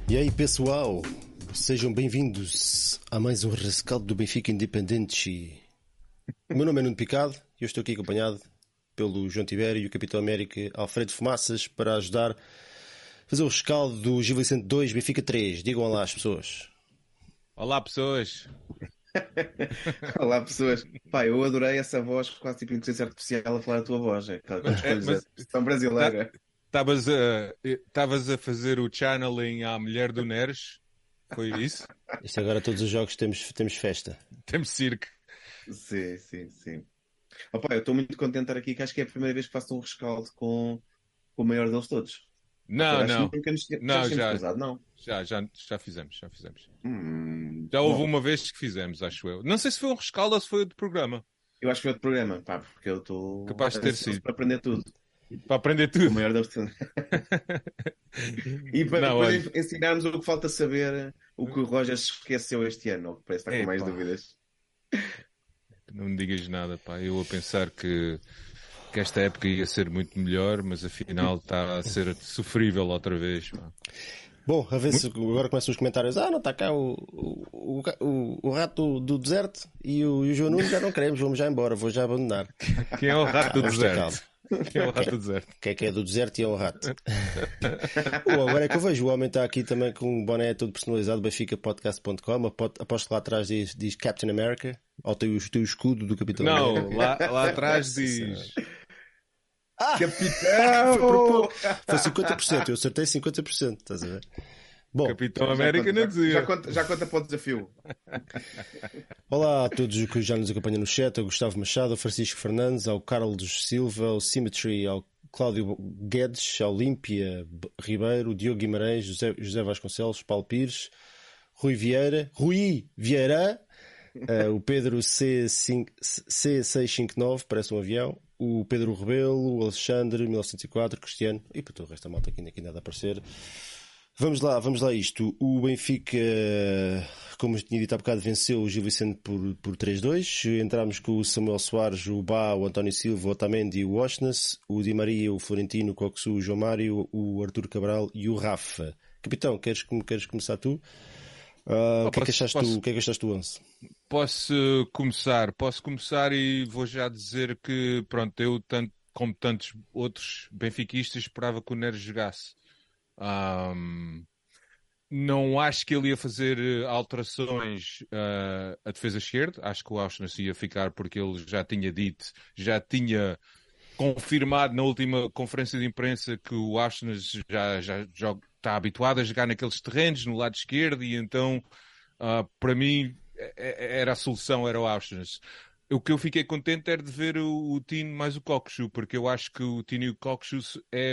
E aí pessoal, sejam bem-vindos a mais um rescaldo do Benfica Independente. O meu nome é Nuno Picado e eu estou aqui acompanhado pelo João Tibério e o Capitão América Alfredo Fumaças para ajudar a fazer o rescaldo do Gil Vicente 2, Benfica 3. Digam olá às pessoas. Olá, pessoas. Olá, pessoas. Pá, eu adorei essa voz, quase tipo inteligência artificial a falar a tua voz. Quando escolhes a expressão brasileira. Estavas a fazer o channeling à mulher do Neres? Foi isso? Isto agora todos os jogos temos festa. Temos circo. Sim. Opa, eu estou muito contente de estar aqui, que acho que é a primeira vez que faço um rescaldo com o maior deles todos. Não, Acho que não. nunca nos Não, tínhamos já. cruzado, não. Já fizemos. Já houve Bom, uma vez que fizemos, acho eu. Não sei se foi um rescaldo ou se foi outro programa. eu acho que foi outro programa, pá, porque eu estou Capaz de ter ansioso sido. para aprender tudo. Para aprender O tudo. maior deles todos. E para Não, olha. depois ensinarmos o que falta saber, o que o Roger se esqueceu este ano, ou que parece estar com mais Epá, dúvidas. não me digas nada, pá. Eu a pensar que esta época ia ser muito melhor, mas afinal está a ser sofrível outra vez, pá. Bom, a ver se agora começam os comentários. Não está cá o rato do deserto e o João Nuno já não queremos, vamos já embora, vou já abandonar. Quem é o rato do Vamos ter deserto? calma. Quem é o rato do deserto? Quem é do deserto e é o rato. Agora é que eu vejo, o homem está aqui também com um boné todo personalizado, benficapodcast.com, aposto que lá atrás diz Captain America, ou tem o escudo do Capitão América. Não, lá atrás diz... Capitão! Foi por pouco. Foi 50%, eu acertei 50%, estás a ver? Bom, Capitão América não Já dizia. conta para o desafio. olá a todos que já nos acompanham no chat, ao Gustavo Machado, ao Francisco Fernandes, ao Carlos Silva, ao Symmetry, ao Cláudio Guedes, ao Olímpia Ribeiro, Diogo Guimarães, José Vasconcelos, Paulo Pires, Rui Vieira, o Pedro C659, parece um avião, o Pedro Rebelo, o Alexandre 1904, Cristiano, e para todo o resto da malta aqui ainda a aparecer. Vamos lá a isto. O Benfica, como eu tinha dito há bocado, venceu o Gil Vicente por 3-2. Entramos com o Samuel Soares, o Bá, o António Silva, o Otamendi e o Osnas, o Di Maria, o Florentino, o Coxu, o João Mário, o Artur Cabral e o Rafa. Capitão, queres começar tu? O que é que achaste tu, Onze? Posso começar e vou já dizer que, pronto, eu, como tantos outros benfiquistas, esperava que o Neres jogasse. Não acho que ele ia fazer alterações à defesa esquerda. Acho que o Auschwitz ia ficar porque ele já tinha confirmado na última conferência de imprensa que o Auschwitz já está habituado a jogar naqueles terrenos, no lado esquerdo, e então, para mim, era a solução, era o Auschwitz. O que eu fiquei contente era de ver o Tino mais o Coxu, porque eu acho que o Tino e o Coxu é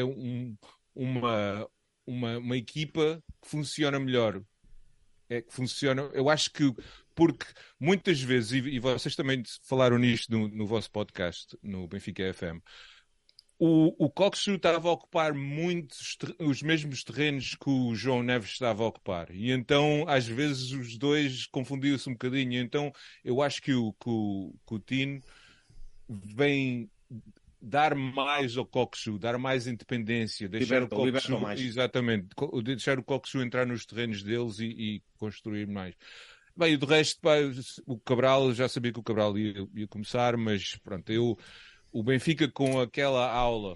uma equipa que funciona melhor. É que funciona, eu acho que, porque muitas vezes, e vocês também falaram nisto no vosso podcast, no Benfica FM, o Coxu estava a ocupar os mesmos terrenos que o João Neves estava a ocupar. E então, às vezes, os dois confundiam-se um bocadinho. Então, eu acho que o Tino vem dar mais ao Coxu, dar mais independência, deixar Liberta o Coxu, mais. exatamente, deixar o Coxu entrar nos terrenos deles e construir mais. Bem, e do resto, pá, o Cabral, já sabia que o Cabral ia começar, mas pronto, o Benfica com aquela aula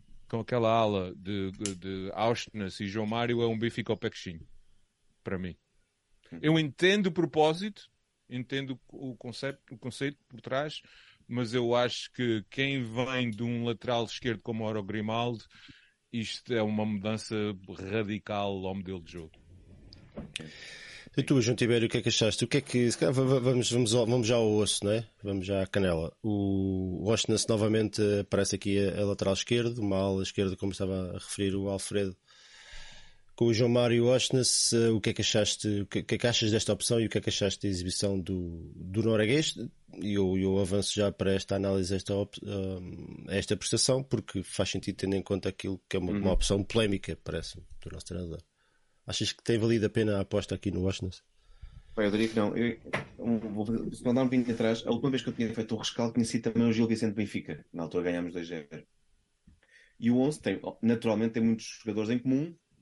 de Auschwitz e João Mário é um Benfica ao pequinho, para mim. Eu entendo o propósito, entendo o conceito por trás, mas eu acho que quem vem de um lateral esquerdo como o Oro Grimaldo, isto é uma mudança radical ao modelo de jogo. E tu, João Tibério, o que é que achaste? O que é que... Vamos já ao osso, não é? Vamos já à canela. O Osnas novamente aparece aqui a lateral esquerdo, uma ala esquerda, como estava a referir o Alfredo, com o João Mário e o Osnas. O que é que achaste? O que é que achas desta opção e o que é que achaste da exibição do norueguês? E eu avanço já para esta análise, esta prestação, porque faz sentido tendo em conta aquilo que é uma opção polémica, parece-me, do nosso treinador. Achas que tem valido a pena a aposta aqui no Washington? Eu diria que não. Se não dar um pouquinho atrás, a última vez que eu tinha feito o rescaldo tinha sido também o Gil Vicente Benfica. Na altura ganhámos 2-0. E o 11 naturalmente tem muitos jogadores em comum,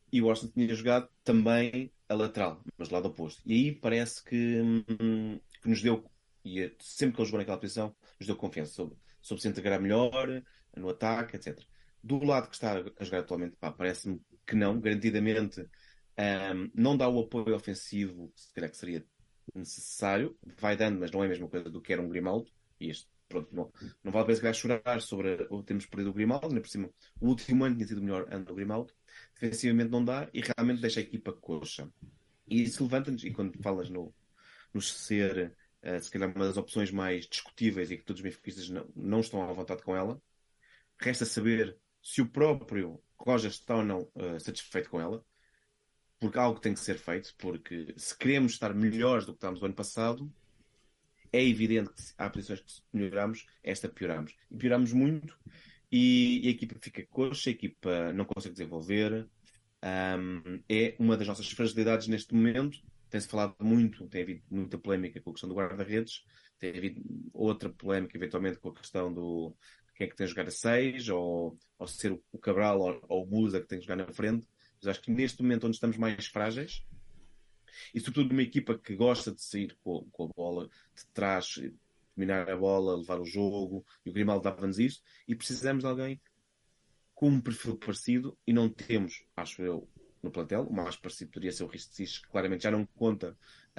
e o Washington tinha jogado também a lateral, mas do lado oposto. E aí parece que nos deu, sempre que ele jogou naquela posição, nos deu confiança sobre se integrar melhor no ataque, etc. Do lado que está a jogar atualmente, pá, parece-me que não, garantidamente não dá o apoio ofensivo se calhar que seria necessário, vai dando, mas não é a mesma coisa do que era um Grimaldo, e este, pronto, não vale a pena se calhar chorar sobre o termos perdido o Grimaldo, nem por cima, o último ano tinha sido o melhor ano do Grimaldo, defensivamente não dá e realmente deixa a equipa coxa. E isso levanta-nos, e quando falas no ser, se calhar, uma das opções mais discutíveis e que todos os benfiquistas não estão à vontade com ela, resta saber se o próprio Roger está ou não satisfeito com ela, porque algo tem que ser feito, porque se queremos estar melhores do que estávamos no ano passado, é evidente que há posições que melhoramos, esta pioramos. E pioramos muito, e a equipa fica coxa, a equipa não consegue desenvolver. É uma das nossas fragilidades neste momento. Tem-se falado muito, tem havido muita polémica com a questão do guarda-redes, tem havido outra polémica, eventualmente, com a questão do quem é que tem de jogar a 6, ou ser o Cabral ou o Busa que tem de jogar na frente. Mas acho que neste momento onde estamos mais frágeis, e sobretudo numa equipa que gosta de sair com a bola de trás, dominar a bola, levar o jogo, e o Grimaldo dava-nos isso, e precisamos de alguém com um perfil parecido, e não temos, acho eu, no plantel. O mais parecido poderia ser o Ristich, que claramente já não conta,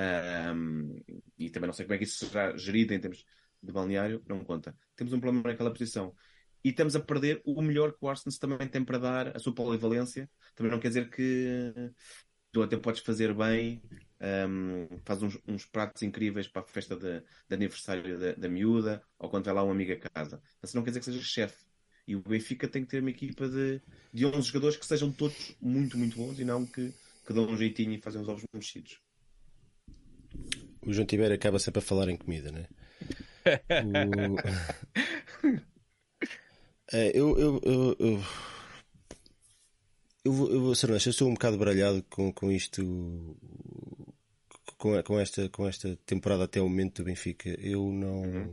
e também não sei como é que isso será gerido em termos de balneário, não conta. Temos um problema naquela posição. E estamos a perder o melhor que o Arsenal também tem para dar, a sua polivalência. Também não quer dizer que tu até podes fazer bem, faz uns pratos incríveis para a festa de aniversário da miúda, ou quando vai lá um amigo a casa. Mas não quer dizer que seja chefe. E o Benfica tem que ter uma equipa de 11 jogadores que sejam todos muito, muito bons, e não que dão um jeitinho e fazem os ovos mexidos. O João Tibério acaba sempre a falar em comida, né? Eu vou ser honesto, eu estou um bocado baralhado com isto, com esta temporada até o momento do Benfica. Eu não.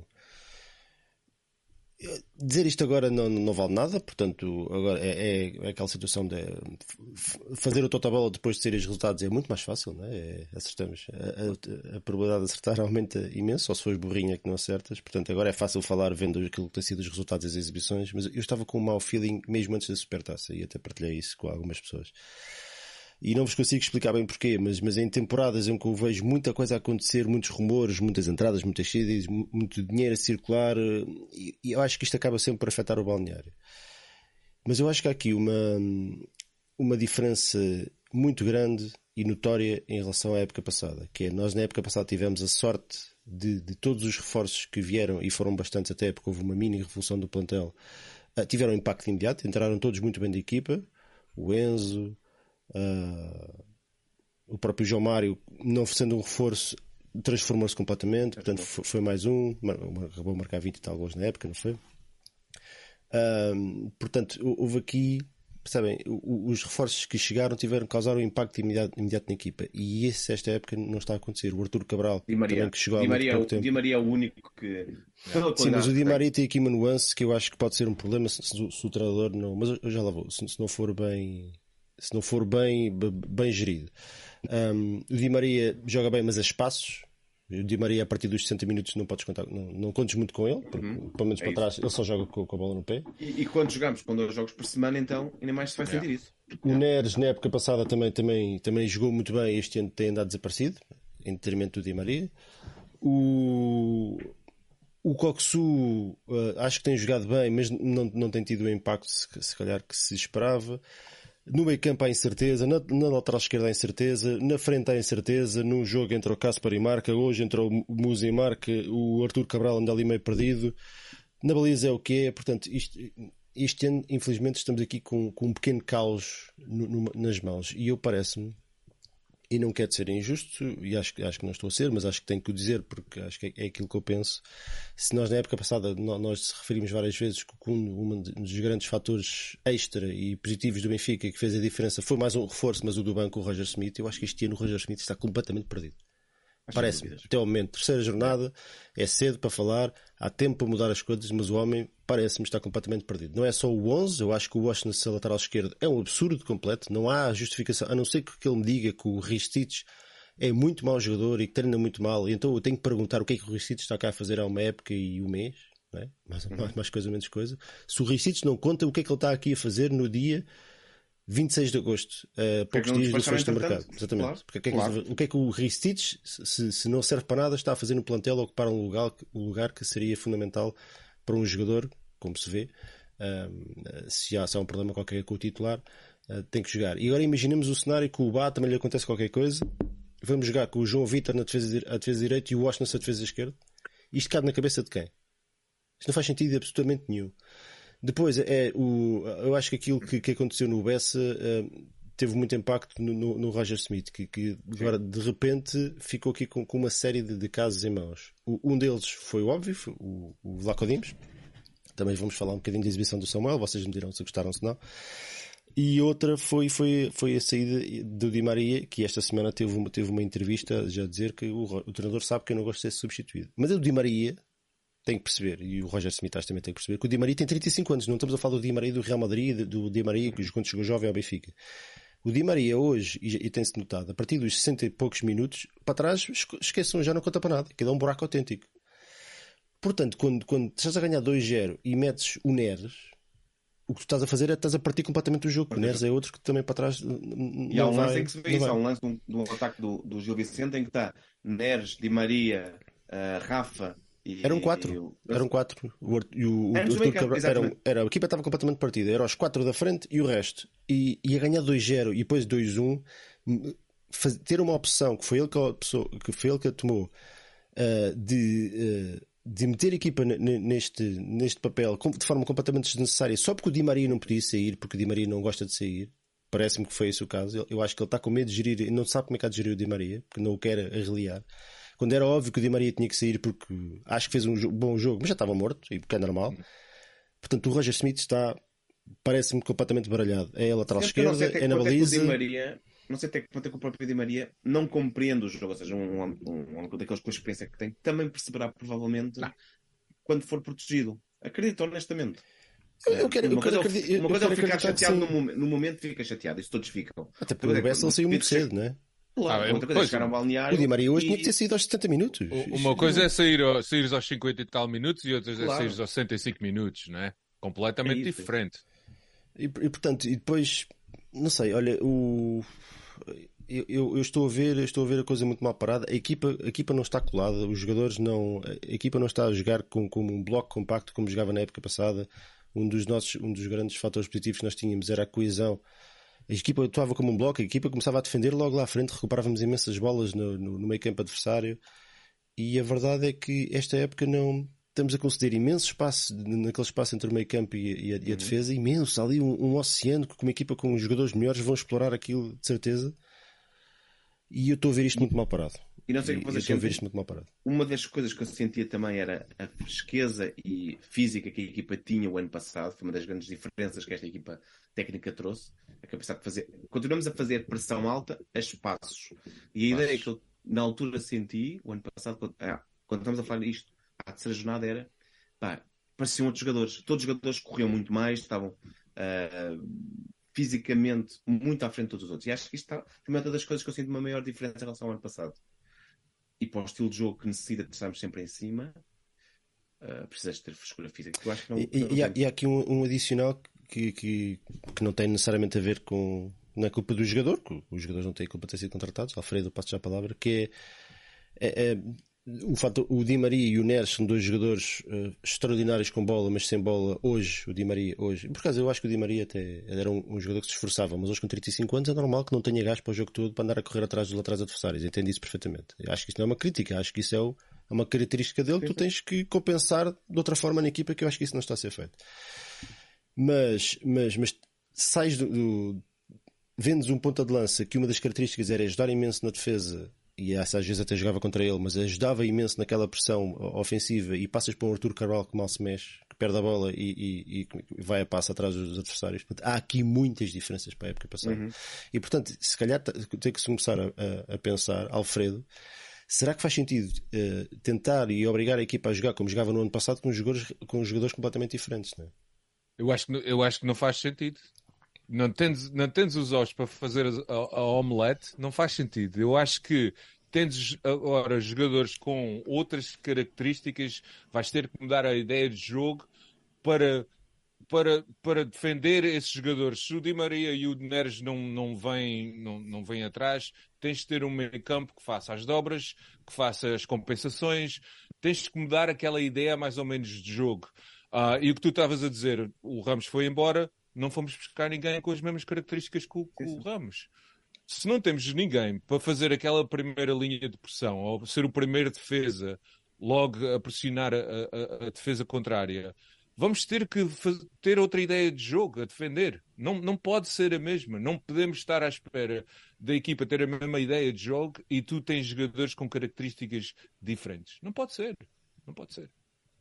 Dizer isto agora não vale nada, portanto, agora é aquela situação de fazer o total depois de serem os resultados é muito mais fácil, não é? Acertamos. A probabilidade de acertar aumenta imenso, ou se fores burrinha que não acertas, portanto, agora é fácil falar vendo aquilo que tem sido os resultados das exibições, mas eu estava com um mau feeling mesmo antes da Supertaça, e até partilhei isso com algumas pessoas. E não vos consigo explicar bem porquê, mas em temporadas em que eu vejo muita coisa a acontecer, muitos rumores, muitas entradas, muitas saídas, muito dinheiro a circular, e eu acho que isto acaba sempre por afetar o balneário. Mas eu acho que há aqui uma diferença muito grande e notória em relação à época passada, que é, nós na época passada tivemos a sorte de todos os reforços que vieram, e foram bastantes até porque houve uma mini revolução do plantel, tiveram um impacto imediato, entraram todos muito bem da equipa, o Enzo, o próprio João Mário, não sendo um reforço, transformou-se completamente, portanto foi mais acabou a marcar 20 e tal gols na época, não foi? Portanto, houve aqui, percebem, os reforços que chegaram causaram um impacto imediato na equipa, e esta época não está a acontecer. O Arthur Cabral também, que chegou há muito pouco tempo. O Di Maria é o único que... Sim, mas o Di Maria tem aqui uma nuance que eu acho que pode ser um problema se o treinador não... Mas eu já lá vou, se não for bem gerido. O Di Maria joga bem, mas a espaços. O Di Maria, a partir dos 60 minutos, não podes contar, não contes muito com ele, porque, pelo menos para trás, ele só joga com a bola no pé. E quando jogamos com 2 jogos por semana, então ainda mais se vai sentir isso. O Neres, na época passada, também jogou muito bem. Este ano tem andado desaparecido, em detrimento do Di Maria. O Coxu, acho que tem jogado bem, mas não tem tido o impacto, se calhar, que se esperava. No meio campo há incerteza, na lateral esquerda há incerteza, na frente há incerteza, no jogo entra o Cássio e marca, hoje entrou o Musa e marca, o Arthur Cabral anda ali meio perdido, na baliza é o que é. Portanto, este ano, infelizmente, estamos aqui com um pequeno caos nas mãos, e eu parece-me, e não quero ser injusto, e acho que não estou a ser, mas acho que tenho que o dizer, porque acho que é aquilo que eu penso. Se nós na época passada nós se referimos várias vezes que um dos grandes fatores extra e positivos do Benfica que fez a diferença foi mais um reforço, mas o do banco, o Roger Smith, eu acho que este ano o Roger Smith está completamente perdido. Parece-me, até o momento, terceira jornada, é cedo para falar, há tempo para mudar as coisas, mas o homem parece-me estar completamente perdido. Não é só o 11, eu acho que o Washington ser lateral esquerdo é um absurdo completo, não há justificação, a não ser que ele me diga que o Ristich é muito mau jogador e que treina muito mal, e então eu tenho que perguntar o que é que o Ristich está cá a fazer há uma época e um mês, não é? Mais coisa menos coisa. Se o Ristich não conta, o que é que ele está aqui a fazer no dia 26 de agosto, poucos dias do fecho do mercado? Exatamente. Claro, Porque o que é que o Ristich, se não serve para nada, está a fazer no plantel a ocupar um lugar que seria fundamental para um jogador, como se vê, se há um problema qualquer com o titular, tem que jogar. E agora imaginemos o cenário que o Bá também lhe acontece qualquer coisa, vamos jogar com o João Vitor na defesa direita e o Washington na defesa esquerda. Isto cabe na cabeça de quem? Isto não faz sentido absolutamente nenhum. Depois, eu acho que aquilo que aconteceu no Bessa teve muito impacto no Roger Smith, que agora de repente ficou aqui com uma série de casos em mãos. Um deles foi óbvio, foi o Vlaco Dimos. Também vamos falar um bocadinho da exibição do Samuel, vocês me dirão se gostaram ou se não. E outra foi a saída do Di Maria, que esta semana teve uma entrevista já a dizer que o treinador sabe que eu não gosto de ser substituído. Mas o Di Maria tem que perceber, e o Roger Smith também tem que perceber, que o Di Maria tem 35 anos. Não estamos a falar do Di Maria do Real Madrid, do Di Maria quando chegou jovem ao Benfica. O Di Maria hoje, e tem-se notado, a partir dos 60 e poucos minutos, para trás, esqueçam, já não conta para nada. Aquilo é um buraco autêntico. Portanto, quando estás a ganhar 2-0 e metes o Neres, o que tu estás a fazer é estás a partir completamente o jogo. O Neres é outro que também para trás e há um lance em que se vê isso. Há um lance de um ataque do Gil Vicente em que está Neres, Di Maria, Rafa... Eram 4. E o Arthur Cabral, a equipa estava completamente partida. Eram os 4 da frente e o resto. E a ganhar 2-0 e depois 2-1, ter uma opção que foi ele que a tomou, de meter a equipa neste papel de forma completamente desnecessária, só porque o Di Maria não podia sair, porque o Di Maria não gosta de sair. Parece-me que foi esse o caso. Eu acho que ele está com medo de gerir, não sabe como é que há de gerir o Di Maria, porque não o quer arreliar. Quando era óbvio que o Di Maria tinha que sair porque acho que fez um bom jogo, mas já estava morto, e porque é normal. Portanto, o Roger Smith parece-me completamente baralhado. É a lateral esquerda, é na baliza. Não sei até que ponto é que o próprio Di Maria não compreende o jogo, ou seja, um homem daqueles com a experiência que tem, também perceberá provavelmente quando for protegido. Acredito honestamente. Uma coisa é ficar chateado no momento, fica chateado, isso todos ficam. Até porque o Bessa saiu muito cedo, não é? Claro, outra coisa é chegar ao balneário. O Di Maria hoje tinha que ter saído aos 70 minutos. Uma coisa é saíres aos 50 e tal minutos e outra é saíres aos 65 minutos, não é? Completamente diferente. E portanto, e depois, não sei, olha, eu estou a ver a coisa muito mal parada. A equipa não está colada, os jogadores não. A equipa não está a jogar como um bloco compacto como jogava na época passada. Um dos grandes fatores positivos que nós tínhamos era a coesão. A equipa atuava como um bloco, a equipa começava a defender logo lá à frente, recuperávamos imensas bolas no meio campo adversário, e a verdade é que esta época não estamos a conceder imenso espaço naquele espaço entre o meio campo e a defesa, imenso, ali um oceano que uma equipa com jogadores melhores vão explorar aquilo de certeza, e eu estou a ver isto muito mal parado. E não sei o que vocês sentem. Uma das coisas que eu sentia também era a fresqueza e física que a equipa tinha o ano passado. Foi uma das grandes diferenças que esta equipa técnica trouxe. A capacidade de fazer. Continuamos a fazer pressão alta a espaços. E a ideia que eu na altura senti, o ano passado, quando estamos a falar isto, a terceira jornada era, pareciam outros jogadores. Todos os jogadores corriam muito mais, estavam fisicamente muito à frente de todos os outros. E acho que isto é uma das coisas que eu sinto uma maior diferença em relação ao ano passado. E para o estilo de jogo que necessita de estarmos sempre em cima, precisas ter frescura física. Eu acho que não, e há aqui um adicional que não tem necessariamente a ver com... Não é culpa do jogador, que os jogadores não têm culpa de ter sido contratados. Alfredo, passo já a palavra, que é o fato, o Di Maria e o Neres são dois jogadores extraordinários com bola, mas sem bola. Hoje, o Di Maria, por acaso eu acho que o Di Maria até era um jogador que se esforçava, mas hoje com 35 anos é normal que não tenha gás para o jogo todo para andar a correr atrás dos laterais adversários. Entendo isso perfeitamente. Eu acho que isso não é uma crítica, acho que isso é uma característica dele que tu tens que compensar de outra forma na equipa, que eu acho que isso não está a ser feito. Mas sais vendes um ponta de lança que uma das características era ajudar imenso na defesa, e às vezes até jogava contra ele, mas ajudava imenso naquela pressão ofensiva, e passas para um Arthur Cabral que mal se mexe, que perde a bola e vai a passo atrás dos adversários. Portanto, há aqui muitas diferenças para a época passada. E portanto, se calhar tem que se começar a pensar, Alfredo, será que faz sentido tentar e obrigar a equipa a jogar como jogava no ano passado com jogadores completamente diferentes, não é? Eu acho que não faz sentido. Não tens os ossos para fazer a omelete, não faz sentido. Eu acho que tens agora jogadores com outras características, vais ter que mudar a ideia de jogo para defender esses jogadores. Se o Di Maria e o Neres não vêm atrás, tens de ter um meio-campo que faça as dobras, que faça as compensações, tens que mudar aquela ideia mais ou menos de jogo. E o que tu estavas a dizer, o Ramos foi embora, não fomos buscar ninguém com as mesmas características que o Ramos. Se não temos ninguém para fazer aquela primeira linha de pressão, ou ser o primeiro defesa, logo a pressionar a defesa contrária, vamos ter que ter outra ideia de jogo, a defender. Não pode ser a mesma. Não podemos estar à espera da equipa ter a mesma ideia de jogo e tu tens jogadores com características diferentes. Não pode ser. Não pode ser.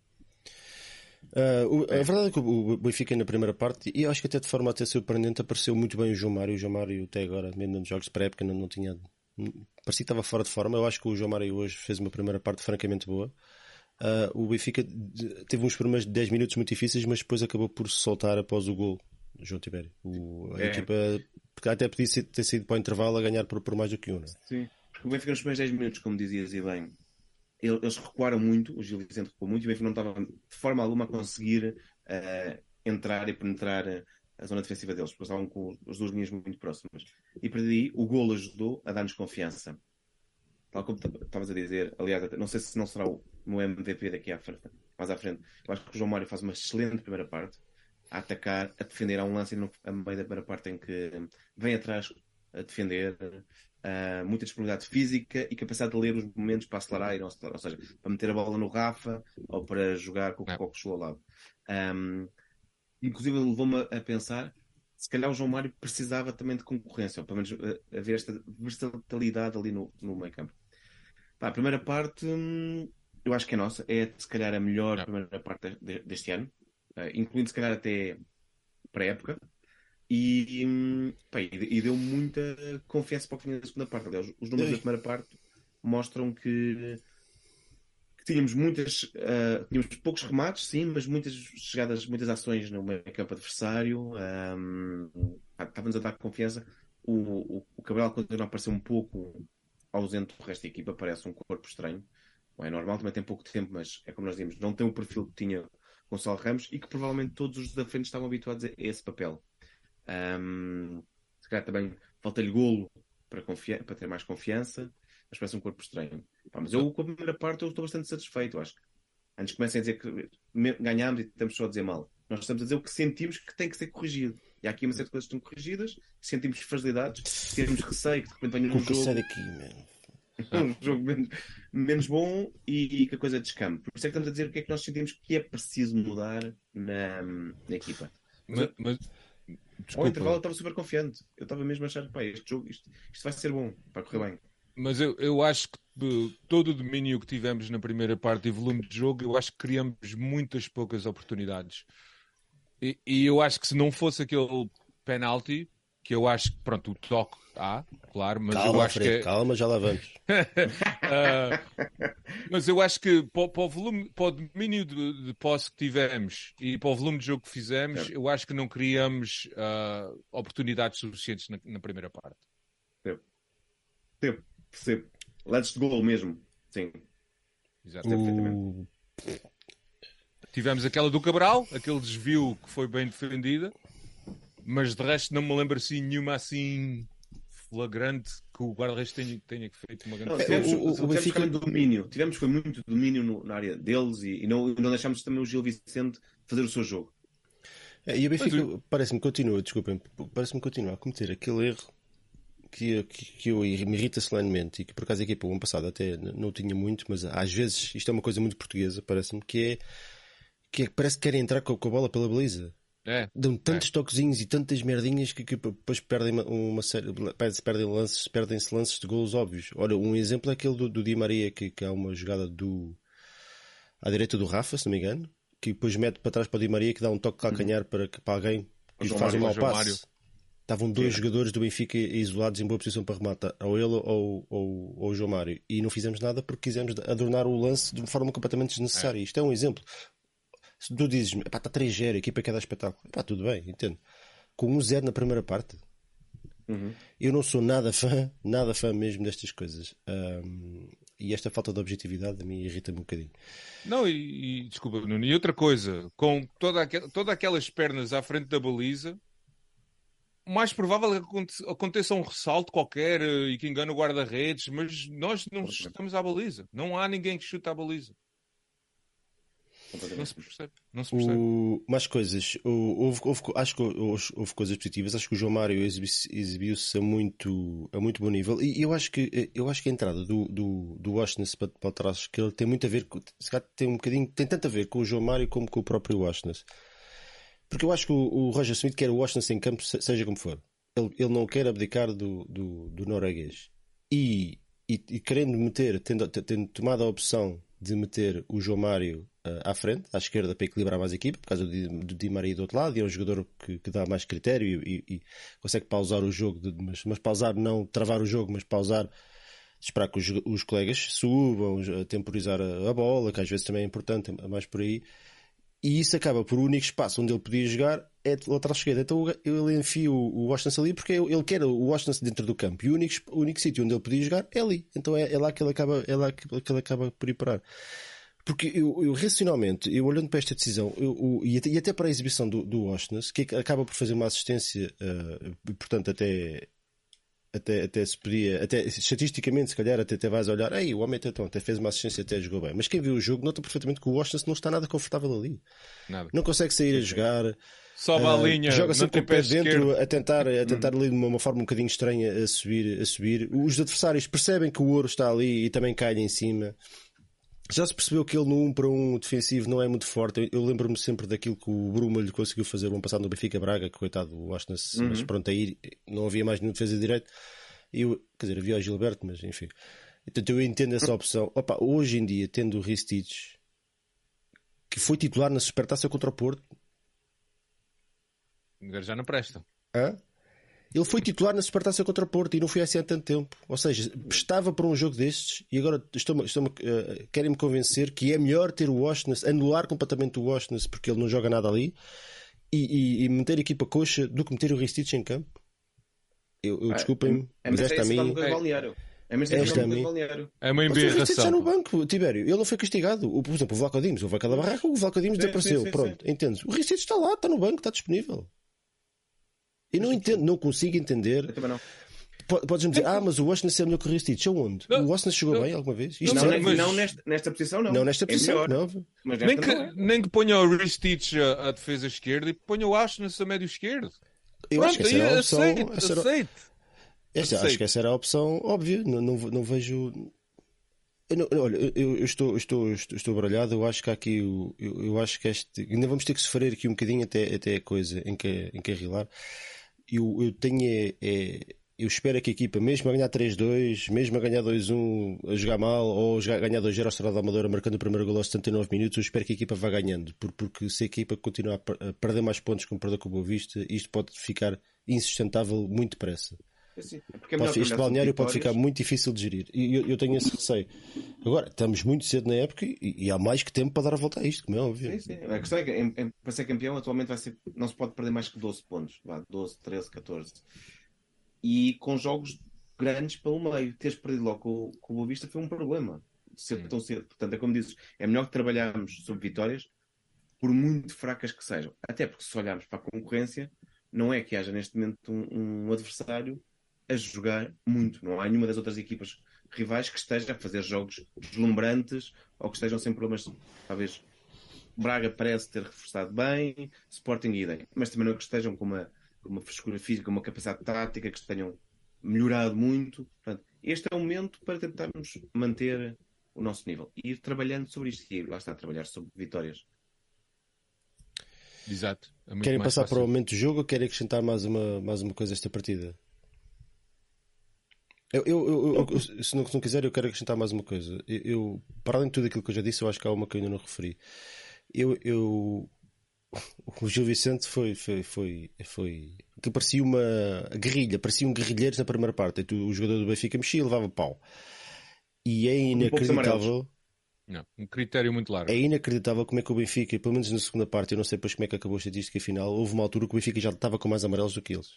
A verdade é que o Benfica na primeira parte, e eu acho que até de forma até surpreendente, apareceu muito bem o João Mário. O João Mário até agora, mesmo nos jogos pré-época, não tinha... Parecia que estava fora de forma. Eu acho que o João Mário hoje fez uma primeira parte francamente boa. O Benfica teve uns primeiros 10 minutos muito difíceis, mas depois acabou por se soltar após o gol do João Tibério. A equipa até podia ter sido para o intervalo a ganhar por mais do que um, não é? Sim, porque o Benfica nos primeiros 10 minutos, como dizias e bem, eles recuaram muito, o Gil Vicente recuou muito e o Benfica não estava de forma alguma a conseguir entrar e penetrar a zona defensiva deles, porque estavam com as duas linhas muito próximas. E para daí o golo ajudou a dar-nos confiança. Tal como estavas a dizer, aliás, não sei se não será o meu MVP daqui mais à frente. Eu acho que o João Mário faz uma excelente primeira parte a atacar, a defender. Há um lance a meio da primeira parte em que vem atrás a defender, muita disponibilidade física e capacidade de ler os momentos para acelerar e não acelerar, ou seja, para meter a bola no Rafa ou para jogar com o Coco ao lado. Inclusive levou-me a pensar, se calhar o João Mário precisava também de concorrência, ou pelo menos haver esta versatilidade ali no meio campo. A primeira parte eu acho que é nossa, é se calhar a melhor primeira parte deste ano, incluindo se calhar até pré-época, e deu muita confiança para o que vinha da segunda parte. Aliás, os números da primeira parte mostram que tínhamos tínhamos poucos remates, sim, mas muitas chegadas, muitas ações no meio campo adversário. Estava-nos a dar confiança. O Cabral continua a parecer um pouco ausente do resto da equipa, parece um corpo estranho. Não é normal, também tem pouco tempo, mas é como nós dizemos, não tem o perfil que tinha Gonçalo Ramos e que provavelmente todos os da frente estavam habituados a esse papel. Se calhar também falta-lhe golo para ter mais confiança, mas parece um corpo estranho. Mas eu, com a primeira parte, eu estou bastante satisfeito. Eu acho que antes comecem a dizer que ganhámos e estamos só a dizer mal. Nós estamos a dizer o que sentimos que tem que ser corrigido. E há aqui uma série de coisas que estão corrigidas, sentimos fragilidades, temos receio que de repente venha um jogo menos bom e que a coisa descampe. Por isso é que estamos a dizer o que é que nós sentimos que é preciso mudar na equipa. Ao intervalo eu estava super confiante. Eu estava mesmo a achar que este jogo isto vai ser bom, vai correr bem. Mas eu acho que todo o domínio que tivemos na primeira parte e volume de jogo, eu acho que criamos muitas poucas oportunidades. E eu acho que se não fosse aquele penalti, que eu acho que, pronto, o toque claro, mas calma, eu acho Fred, que... calma, já lá vamos. Mas eu acho que para o volume, para o domínio de posse que tivemos e para o volume de jogo que fizemos, eu acho que não criamos oportunidades suficientes na primeira parte. Percebo. Lances de gol mesmo. Sim. Exatamente. Tivemos aquela do Cabral, aquele desvio que foi bem defendida, mas de resto não me lembro assim nenhuma assim flagrante que o guarda-redes tenha feito uma grande... Tivemos foi muito domínio na área deles e não deixámos também o Gil Vicente fazer o seu jogo. E o Benfica parece-me continua a cometer aquele erro que me irrita solenemente e que por acaso a equipa o ano passado até não tinha muito, mas às vezes isto é uma coisa muito portuguesa, parece-me, que parece que querem entrar com a bola pela baliza. Dão tantos toquezinhos e tantas merdinhas que depois perdem uma série, perdem-se lances de golos óbvios. Olha, um exemplo é aquele do Di Maria, que há uma jogada à direita do Rafa, se não me engano, que depois mete para trás para o Di Maria, que dá um toque de calcanhar para alguém que faz um mau passe. estavam dois jogadores do Benfica isolados em boa posição para rematar, ou ele ou o João Mário, e não fizemos nada porque quisemos adornar o lance de uma forma completamente desnecessária. Isto é um exemplo. Se tu dizes-me, está 3-0, a equipa quer dar espetáculo, tudo bem, entendo. Com 1-0 na primeira parte, eu não sou nada fã mesmo destas coisas. E esta falta de objetividade a mim irrita-me um bocadinho. Não, desculpa, Nuno, e outra coisa, com todas aquelas pernas à frente da baliza, o mais provável é que aconteça um ressalto qualquer e que engane o guarda-redes, mas nós não chutamos à baliza. Não há ninguém que chuta à baliza. Não se percebe. Mais coisas. Acho que houve coisas positivas. Acho que o João Mário exibiu-se a muito bom nível. E eu acho que a entrada do Washington para trás, que ele tem muito a ver, tem tanto a ver com o João Mário como com o próprio Washington. Porque eu acho que o Roger Smith quer o Washington em campo, seja como for. Ele não quer abdicar do norueguês. E querendo tendo tomado a opção de meter o João Mário à frente, à esquerda, para equilibrar mais a equipa, por causa do Di Maria do outro lado, e é um jogador que dá mais critério e consegue pausar o jogo, mas pausar, não travar o jogo, mas pausar, esperar que os colegas subam, temporizar a bola, que às vezes também é importante, é mais por aí. E isso acaba por o único espaço onde ele podia jogar é lateral esquerda. Então ele enfia o Washington ali porque ele quer o Washington dentro do campo. E o único sítio onde ele podia jogar é ali. Então é lá que ele acaba por ir parar. Porque eu racionalmente, olhando para esta decisão, e até para a exibição do Washington, que acaba por fazer uma assistência, e portanto até se podia, até estatisticamente, se calhar, até vais olhar, o homem até fez uma assistência, até jogou bem. Mas quem viu o jogo nota perfeitamente que o Washington não está nada confortável ali. Nada. Não consegue sair a jogar. Sobe a linha, joga sempre com o pé dentro, esquerdo. a tentar ali de uma forma um bocadinho estranha a subir. Os adversários percebem que o ouro está ali e também cai em cima. Já se percebeu que ele no 1 para 1 defensivo não é muito forte. Eu lembro-me sempre daquilo que o Bruma lhe conseguiu fazer o ano passado no Benfica Braga, que coitado, o Washington, mas pronto, aí não havia mais nenhum defesa de direito. Quer dizer, havia o Gilberto, mas enfim. Então eu entendo essa opção. Hoje em dia, tendo o Ristich, que foi titular na Supertaça contra o Porto. Agora já não presta. Ele foi titular na Supertaça contra o Porto e não foi assim há tanto tempo. Ou seja, estava para um jogo destes e agora querem-me convencer que é melhor ter o Washington, anular completamente o Washington porque ele não joga nada ali e meter a equipa coxa do que meter o Ristich em campo. Desculpem-me, mas esta a mim... É uma embirração. Está no banco, Tibério. Ele não foi castigado. Por exemplo, o Vlaco Dimos. Houve aquela barraca, o Vlaco Dimos desapareceu. Pronto, entendes? O Ristich está lá, está no banco, está disponível. Eu não entendo, não consigo entender. Eu também não. Podes-me dizer, mas o Washington é melhor que o Ristich. Aonde? O Washington chegou bem alguma vez? Não, nesta posição não. Não nesta posição, não. Mas nem que ponha o Ristich a defesa esquerda e ponha o Washington a médio esquerdo. Eu acho que essa era a opção. Aceito. Acho que essa era a opção óbvia. Não vejo. Olha, eu estou baralhado. Eu acho que há aqui eu acho que ainda vamos ter que sofrer aqui um bocadinho até a coisa em que arrilar. Eu tenho eu espero que a equipa, mesmo a ganhar 3-2, mesmo a ganhar 2-1, a jogar mal, ou a ganhar 2-0 ao Estrela da Amadora, marcando o primeiro gol aos 79 minutos, eu espero que a equipa vá ganhando, porque se a equipa continuar a perder mais pontos como perdeu com o Boa Vista, isto pode ficar insustentável muito depressa. Este balneário pode ficar muito difícil de gerir e eu tenho esse receio. Agora, estamos muito cedo na época e há mais que tempo para dar a volta a isto, como é óbvio. Sim. A questão é que para ser campeão atualmente não se pode perder mais que 12 pontos, 12, 13, 14 e com jogos grandes pelo meio. Teres perdido logo com o Boa Vista foi um problema cedo, tão cedo. Portanto, é como dizes, é melhor que trabalharmos sobre vitórias, por muito fracas que sejam, até porque se olharmos para a concorrência, não é que haja neste momento um adversário a jogar muito. Não há nenhuma das outras equipas rivais que esteja a fazer jogos deslumbrantes ou que estejam sem problemas. Talvez Braga parece ter reforçado bem, Sporting idem, mas também não que estejam com uma frescura física, uma capacidade tática, que tenham melhorado muito. Portanto, este é o momento para tentarmos manter o nosso nível e ir trabalhando sobre isto. E lá está, trabalhar sobre vitórias. Exato. Querem passar para o momento do jogo ou querem acrescentar mais uma coisa a esta partida? Se não quiser, eu quero acrescentar mais uma coisa. Para além de tudo aquilo que eu já disse, eu acho que há uma que eu ainda não referi. O Gil Vicente foi que parecia uma guerrilha, pareciam guerrilheiros na primeira parte. O jogador do Benfica mexia e levava pau. E é inacreditável. Não, um critério muito largo. É inacreditável como é que o Benfica, pelo menos na segunda parte, eu não sei depois como é que acabou a estatística final, houve uma altura que o Benfica já estava com mais amarelos do que eles.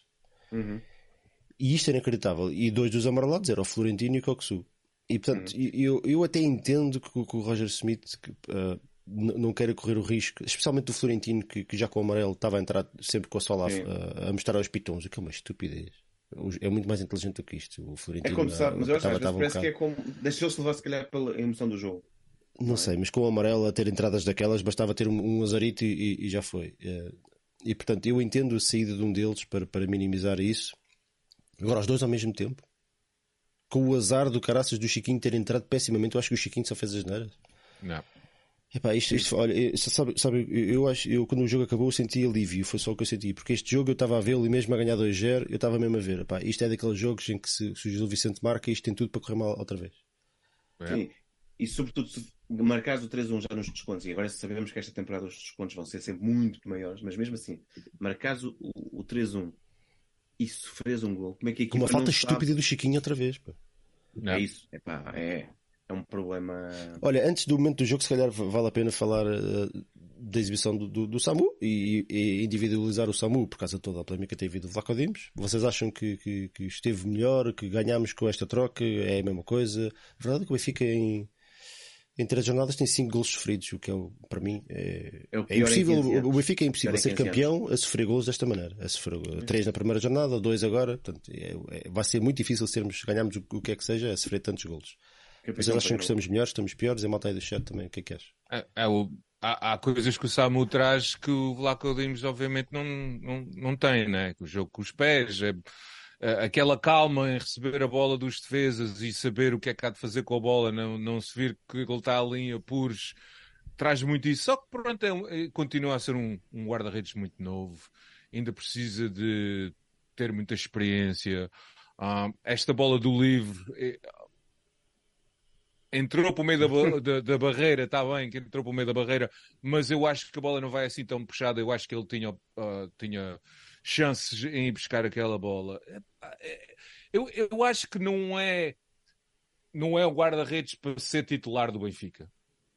E isto é inacreditável. E 2 dos amarelados eram o Florentino e o Coxu. E portanto, eu até entendo que o Roger Smith não queira correr o risco, especialmente o Florentino, que já com o amarelo estava a entrar sempre com a sola a mostrar aos pitons, o que é uma estupidez. É muito mais inteligente do que isto. O Florentino, é como sabe, mas eu acho que parece que é como deixou-se levar se calhar pela emoção do jogo. Não sei, mas com o amarelo a ter entradas daquelas bastava ter um azarito e já foi. E portanto eu entendo a saída de um deles para minimizar isso. Agora os dois ao mesmo tempo, com o azar do caraças do Chiquinho ter entrado pessimamente. Eu acho que o Chiquinho só fez as neiras. Não. Epá, olha, sabe, eu quando o jogo acabou eu senti alívio, foi só o que eu senti, porque este jogo eu estava a vê-lo e mesmo a ganhar 2-0 eu estava mesmo a ver. Epá, isto é daqueles jogos em que se o Gil Vicente marca, isto tem tudo para correr mal outra vez. Sim. E sobretudo se marcares o 3-1 já nos descontos, e agora sabemos que esta temporada os descontos vão ser sempre muito maiores, mas mesmo assim, marcares o 3-1 e sofres um gol, como é que a equipa Com uma falta não estúpida sabe? do Chiquinho outra vez. Pá. É isso, é um problema. Olha, antes do momento do jogo, se calhar vale a pena falar da exibição do Samu e individualizar o Samu por causa de toda a polémica que tem havido do Vlaco Dimos. Vocês acham que esteve melhor, que ganhámos com esta troca? É a mesma coisa? A verdade é que o Benfica em 3 jornadas tem 5 golos sofridos, o que para mim é impossível. O Benfica é impossível ser campeão a sofrer golos desta maneira. A sofrer 3 na primeira jornada, 2 agora. Portanto, vai ser muito difícil ganharmos o que é que seja a sofrer tantos golos. Vocês acham que estamos melhores, estamos piores? A malta aí do chat também, o que é que achas? Há coisas que o Samu traz que o Vlaco Dimos obviamente não tem, né? O jogo com os pés, aquela calma em receber a bola dos defesas e saber o que é que há de fazer com a bola, não se vir que ele está ali em apuros, traz muito isso. Só que pronto, continua a ser um guarda-redes muito novo, ainda precisa de ter muita experiência. Esta bola do livre entrou para o meio da barreira, está bem que entrou para o meio da barreira, mas eu acho que a bola não vai assim tão puxada. Eu acho que ele tinha chances em ir buscar aquela bola. Eu acho que não é o guarda-redes para ser titular do Benfica.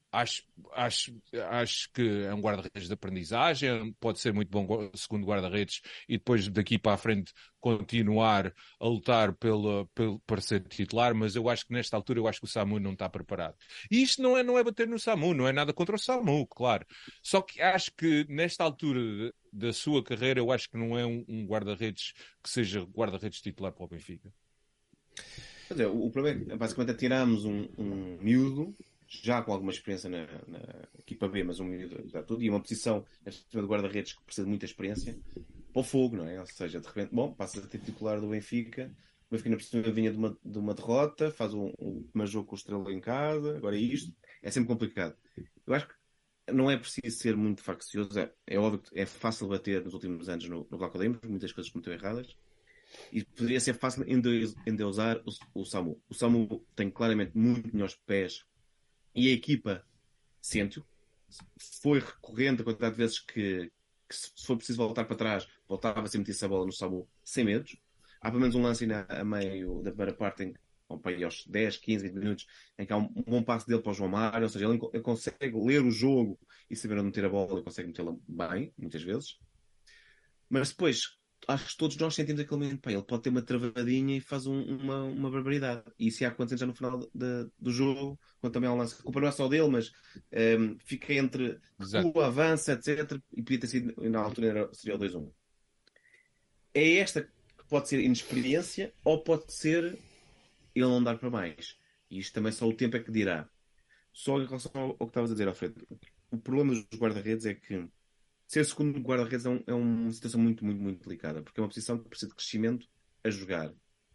Acho que é um guarda-redes de aprendizagem, pode ser muito bom segundo guarda-redes e depois daqui para a frente continuar a lutar para ser titular, mas eu acho que nesta altura que o Samu não está preparado. E isto não é bater no Samu, não é nada contra o Samu, claro. Só que acho que nesta altura da sua carreira, eu acho que não é um guarda-redes que seja guarda-redes titular para o Benfica. Quer dizer, o problema é basicamente tirarmos um miúdo já com alguma experiência na equipa B, mas um miúdo já tudo, e uma posição de guarda-redes que precisa de muita experiência para o fogo, não é? Ou seja, de repente, passa a ter titular do Benfica, o Benfica na posição vinha de uma derrota, faz um primeiro jogo com o Estrela em casa, agora isto, é sempre complicado. Eu acho que não é preciso ser muito faccioso, é óbvio que é fácil bater nos últimos anos no Vlaco Dimos, muitas coisas cometeu erradas, e poderia ser fácil endeusar o Samu. O Samu tem claramente muito melhores pés e a equipa sente-o. Foi recorrente a quantidade de vezes que se for preciso voltar para trás, voltava a meter essa bola no Samu sem medos. Há pelo menos um lance a meio da primeira parte, aos 10, 15, 20 minutos, em que há um bom passo dele para o João Mário, ou seja, ele consegue ler o jogo e saber onde meter a bola e consegue metê-la bem, muitas vezes. Mas depois, acho que todos nós sentimos aquele momento, ele pode ter uma travadinha e faz uma barbaridade. E isso ia acontecendo já no final do jogo, quando também há um lance. A culpa não é só dele, mas fica entre recua, avança, etc. E podia ter sido, na altura, seria o 2-1. É esta que pode ser inexperiência ou pode ser ele não dar para mais. E isto também só o tempo é que dirá. Só em relação ao que estavas a dizer, Alfredo, o problema dos guarda-redes é que ser segundo guarda-redes é uma situação muito, muito, muito delicada, porque é uma posição que precisa de crescimento a jogar.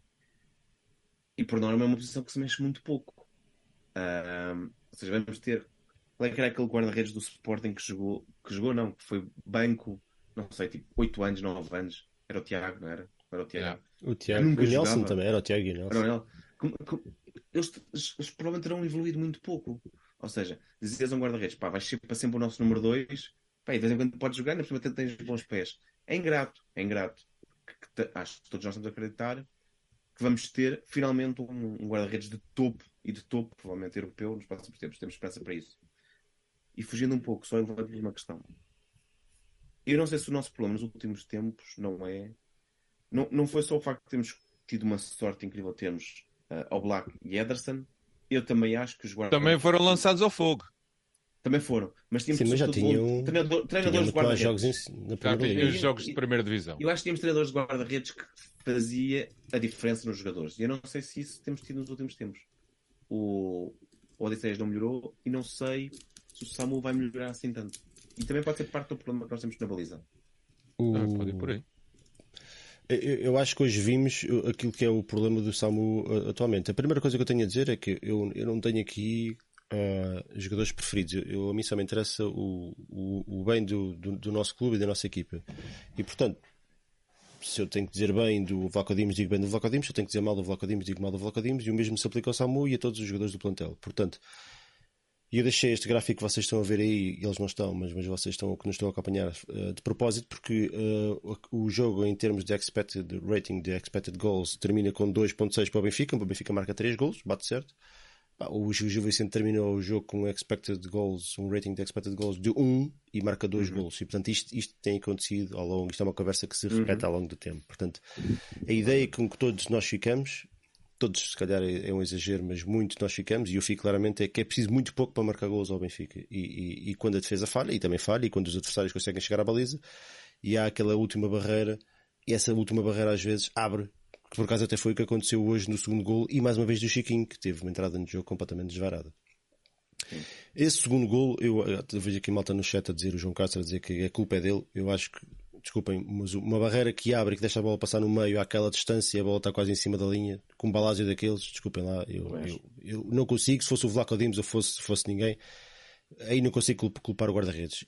E por norma é uma posição que se mexe muito pouco. Ou seja, vamos ter. Qual é que era aquele guarda-redes do Sporting que jogou não, que foi banco, não sei, tipo 8 anos, 9 anos. Era o Tiago, não era? Era o Tiago. O Tiago. O Nelson também, era o Tiago e o Nelson. Eles provavelmente terão evoluído muito pouco. Ou seja, dizes a um guarda-redes, vais ser para sempre o nosso número 2. E de vez em quando podes jogar, na cima tens bons pés. É ingrato. acho que todos nós estamos a acreditar que vamos ter finalmente um guarda-redes de topo e de topo, provavelmente europeu, nos próximos tempos. Temos esperança para isso. E fugindo um pouco, só levanto-lhe uma questão. Eu não sei se o nosso problema nos últimos tempos não foi só o facto de termos tido uma sorte incrível de termos Oblak e Ederson. Eu também acho que os guarda-redes Também foram lançados ao fogo. também foram, mas tínhamos Sim, mas já tinham treinadores de muito mais jogos guarda-redes. na Já primeira tinha liga. os jogos de primeira divisão. Eu acho que tínhamos treinadores de guarda-redes que fazia a diferença nos jogadores. E eu não sei se isso temos tido nos últimos tempos. O Odisseias não melhorou e não sei se o Samu vai melhorar assim tanto. E também pode ser parte do problema que nós temos na baliza. Pode ir por aí. Eu acho que hoje vimos aquilo que é o problema do Samu atualmente. A primeira coisa que eu tenho a dizer é que eu não tenho aqui jogadores preferidos. A mim só me interessa o bem do nosso clube e da nossa equipa. E portanto, se eu tenho que dizer bem do Vlaco Dimos, digo bem do Vlaco Dimos. Se eu tenho que dizer mal do Vlaco Dimos, digo mal do Vlaco Dimos. E o mesmo se aplica ao Samu e a todos os jogadores do plantel. Portanto, eu deixei este gráfico que vocês estão a ver aí, eles não estão, mas vocês estão, que nos estão a acompanhar de propósito, porque o jogo em termos de expected rating, de expected goals, termina com 2.6 para o Benfica marca 3 gols, bate certo. O Gil Vicente terminou o jogo com expected goals, um rating de expected goals de 1 e marca 2 gols. E portanto isto tem acontecido ao longo, isto é uma conversa que se repete ao longo do tempo. Portanto, a ideia com que todos nós ficamos, todos se calhar é um exagero, mas muito nós ficamos, e eu fico claramente, é que é preciso muito pouco para marcar gols ao Benfica. E quando a defesa falha, e também falha, e quando os adversários conseguem chegar à baliza, e há aquela última barreira, e essa última barreira às vezes abre, que por acaso até foi o que aconteceu hoje no segundo gol, e mais uma vez do Chiquinho, que teve uma entrada no jogo completamente desvarada. Esse segundo gol, eu vejo aqui malta no chat a dizer, o João Castro a dizer que a culpa é dele. Eu acho que, desculpem, mas uma barreira que abre e que deixa a bola passar no meio àquela distância, a bola está quase em cima da linha, com um balásio daqueles, desculpem lá, eu não consigo, se fosse o Vlaco Dimos ou fosse ninguém, aí não consigo culpar o guarda-redes.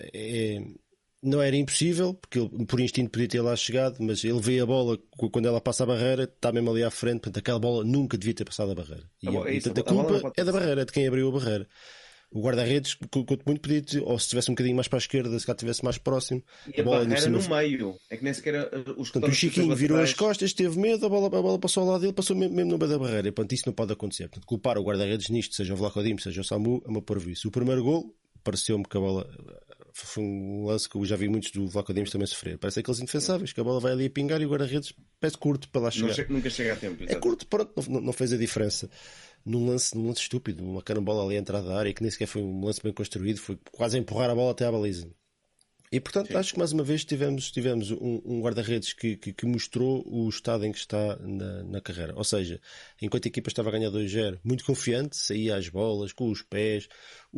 Não era impossível, porque ele por instinto podia ter lá chegado, mas ele vê a bola quando ela passa a barreira, está mesmo ali à frente, portanto aquela bola nunca devia ter passado a barreira. E portanto, a culpa é da barreira, de quem abriu a barreira. O guarda-redes, quanto muito podia ter, ou se estivesse um bocadinho mais para a esquerda, se cá estivesse mais próximo. E a bola era no meio, é que nem sequer os portanto, o Chiquinho virou as costas, teve medo, a bola passou ao lado dele, passou mesmo no meio da barreira. E, portanto, isso não pode acontecer. Portanto, culpar o guarda-redes nisto, seja o Vlaco Dimos, seja o Samu, é uma parvoíce. O primeiro gol, pareceu-me que a bola foi um lance que eu já vi muitos do Vlaco Dimos também sofrer. Parece aqueles indefensáveis, que a bola vai ali a pingar e o guarda-redes parece curto para lá chegar. Nunca chega a tempo. É curto, pronto, não fez a diferença. Num lance estúpido, uma carambola ali à entrada da área, que nem sequer foi um lance bem construído, foi quase a empurrar a bola até à baliza. E portanto, acho que mais uma vez tivemos um guarda-redes que mostrou o estado em que está na carreira. Ou seja, enquanto a equipa estava a ganhar 2-0, muito confiante, saía às bolas, com os pés,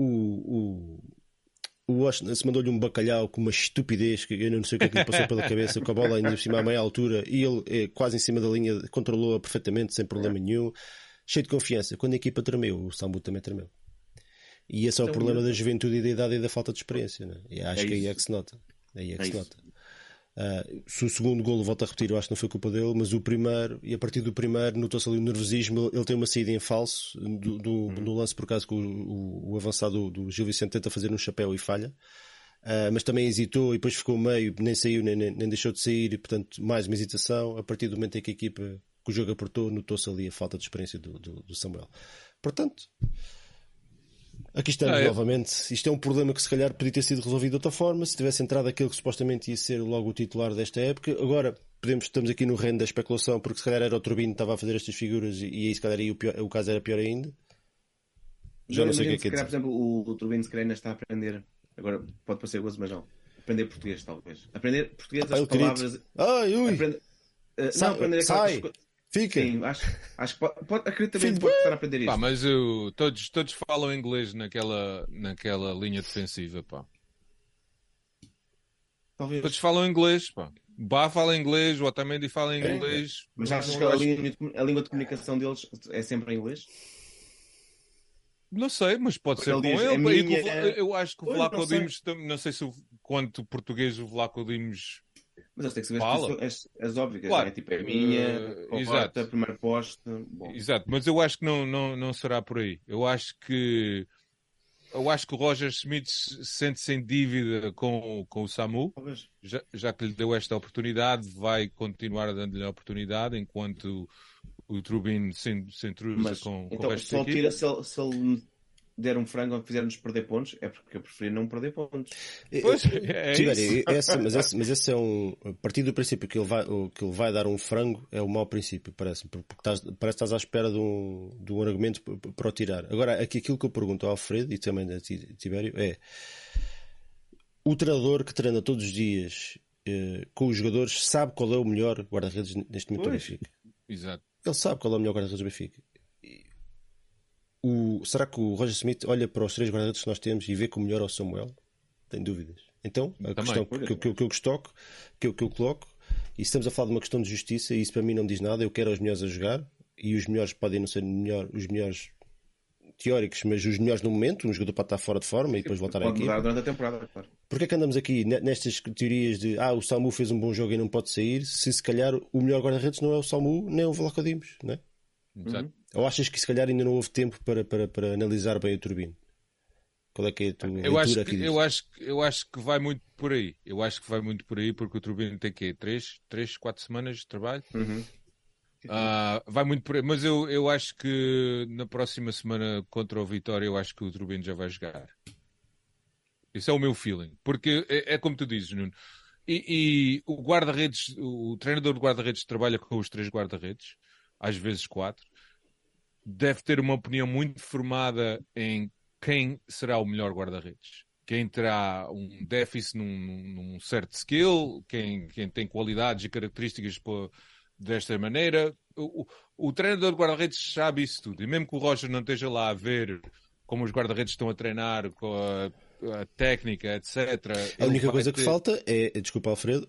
o Washington se mandou-lhe um bacalhau com uma estupidez que eu não sei o que é que lhe passou pela cabeça, com a bola ainda por cima à meia altura, e ele quase em cima da linha controlou-a perfeitamente, sem problema nenhum, cheio de confiança. Quando a equipa tremeu, o Sambu também tremeu. E esse é o problema da juventude e da idade e da falta de experiência, né? E acho que aí é que se nota. Se o segundo golo, volto a repetir, eu acho que não foi culpa dele, mas o primeiro, e a partir do primeiro notou-se ali o nervosismo. Ele tem uma saída em falso no lance, por acaso, que o avançado do Gil Vicente tenta fazer um chapéu e falha. Mas também hesitou e depois ficou meio, nem saiu, nem deixou de sair, e portanto mais uma hesitação. A partir do momento em que a equipa, que o jogo apertou, notou-se ali a falta de experiência do Samuel. Portanto, aqui estamos novamente. Isto é um problema que se calhar podia ter sido resolvido de outra forma, se tivesse entrado aquele que supostamente ia ser logo o titular desta época. Agora estamos aqui no reino da especulação, porque se calhar era o Turbino que estava a fazer estas figuras, e aí se calhar aí o caso era pior ainda. Já não sei o que é que é. Por exemplo, o Turbino se calhar ainda está a aprender, agora pode parecer gozo, mas não, aprender português talvez. Aprender português, as palavras. Aprender sai! Fica! Sim, acho que acredito também que pode estar a aprender isto. Mas todos falam inglês naquela linha defensiva, pá. Talvez. Todos falam inglês, pá. Bá fala inglês, o Otamendi fala inglês. Mas achas que a língua de comunicação deles é sempre em inglês? Não sei, mas pode ser com ele. Eu acho que o Vlaco Dimos, não sei se quanto português o Vlaco Dimos. Mas eles têm que saber as óbvias, claro. Né? Tipo, é minha, porta, primeiro poste. Bom. Exato, mas eu acho que não será por aí. Eu acho que eu acho que o Roger Smith sente-se em dívida com o Samu, Talvez. já que lhe deu esta oportunidade, vai continuar dando-lhe a oportunidade enquanto o Trubin se intrusa Mas com o então resto da só equipa. tira se ele der um frango ou fizer-nos perder pontos, é porque eu preferia não perder pontos. Pois, é Tibério, isso. mas esse é a partir do princípio que que ele vai dar um frango é um mau princípio, parece-me, porque parece que estás à espera de um argumento para o tirar. Agora, aquilo que eu pergunto ao Alfredo e também a Tibério é: o treinador que treina todos os dias com os jogadores sabe qual é o melhor guarda-redes neste momento do Pois. Benfica? Exato. Ele sabe qual é o melhor guarda-redes do Benfica. Será que o Roger Smith olha para os 3 guarda-redes que nós temos e vê que o melhor é o Samuel? Tem dúvidas. Então, a Também. questão que eu coloco, e estamos a falar de uma questão de justiça, e isso para mim não diz nada, eu quero os melhores a jogar, e os melhores podem não ser os melhores teóricos, mas os melhores no momento, um jogador pode estar fora de forma e depois voltar à Pode mudar equipa. durante a temporada, claro. Porquê é que andamos aqui nestas teorias de o Samu fez um bom jogo e não pode sair, se calhar o melhor guarda-redes não é o Samu, nem o Vlaco Dimos, não é? Exato. Ou achas que se calhar ainda não houve tempo para analisar bem o Turbine? Qual é que é a tua leitura aqui disso? Eu acho que vai muito por aí. Eu acho que vai muito por aí porque o Turbino tem quê? 4 semanas de trabalho? Uhum. Vai muito por aí. Mas eu acho que na próxima semana contra o Vitória eu acho que o Turbino já vai jogar. Esse é o meu feeling. Porque é como tu dizes, Nuno. E o guarda-redes, o treinador de guarda-redes trabalha com os 3 guarda-redes, às vezes 4. Deve ter uma opinião muito formada em quem será o melhor guarda-redes. Quem terá um déficit num certo skill, quem tem qualidades e características desta maneira. O treinador de guarda-redes sabe isso tudo. E mesmo que o Roger não esteja lá a ver como os guarda-redes estão a treinar, com a técnica, etc. A única coisa que falta é, desculpa Alfredo,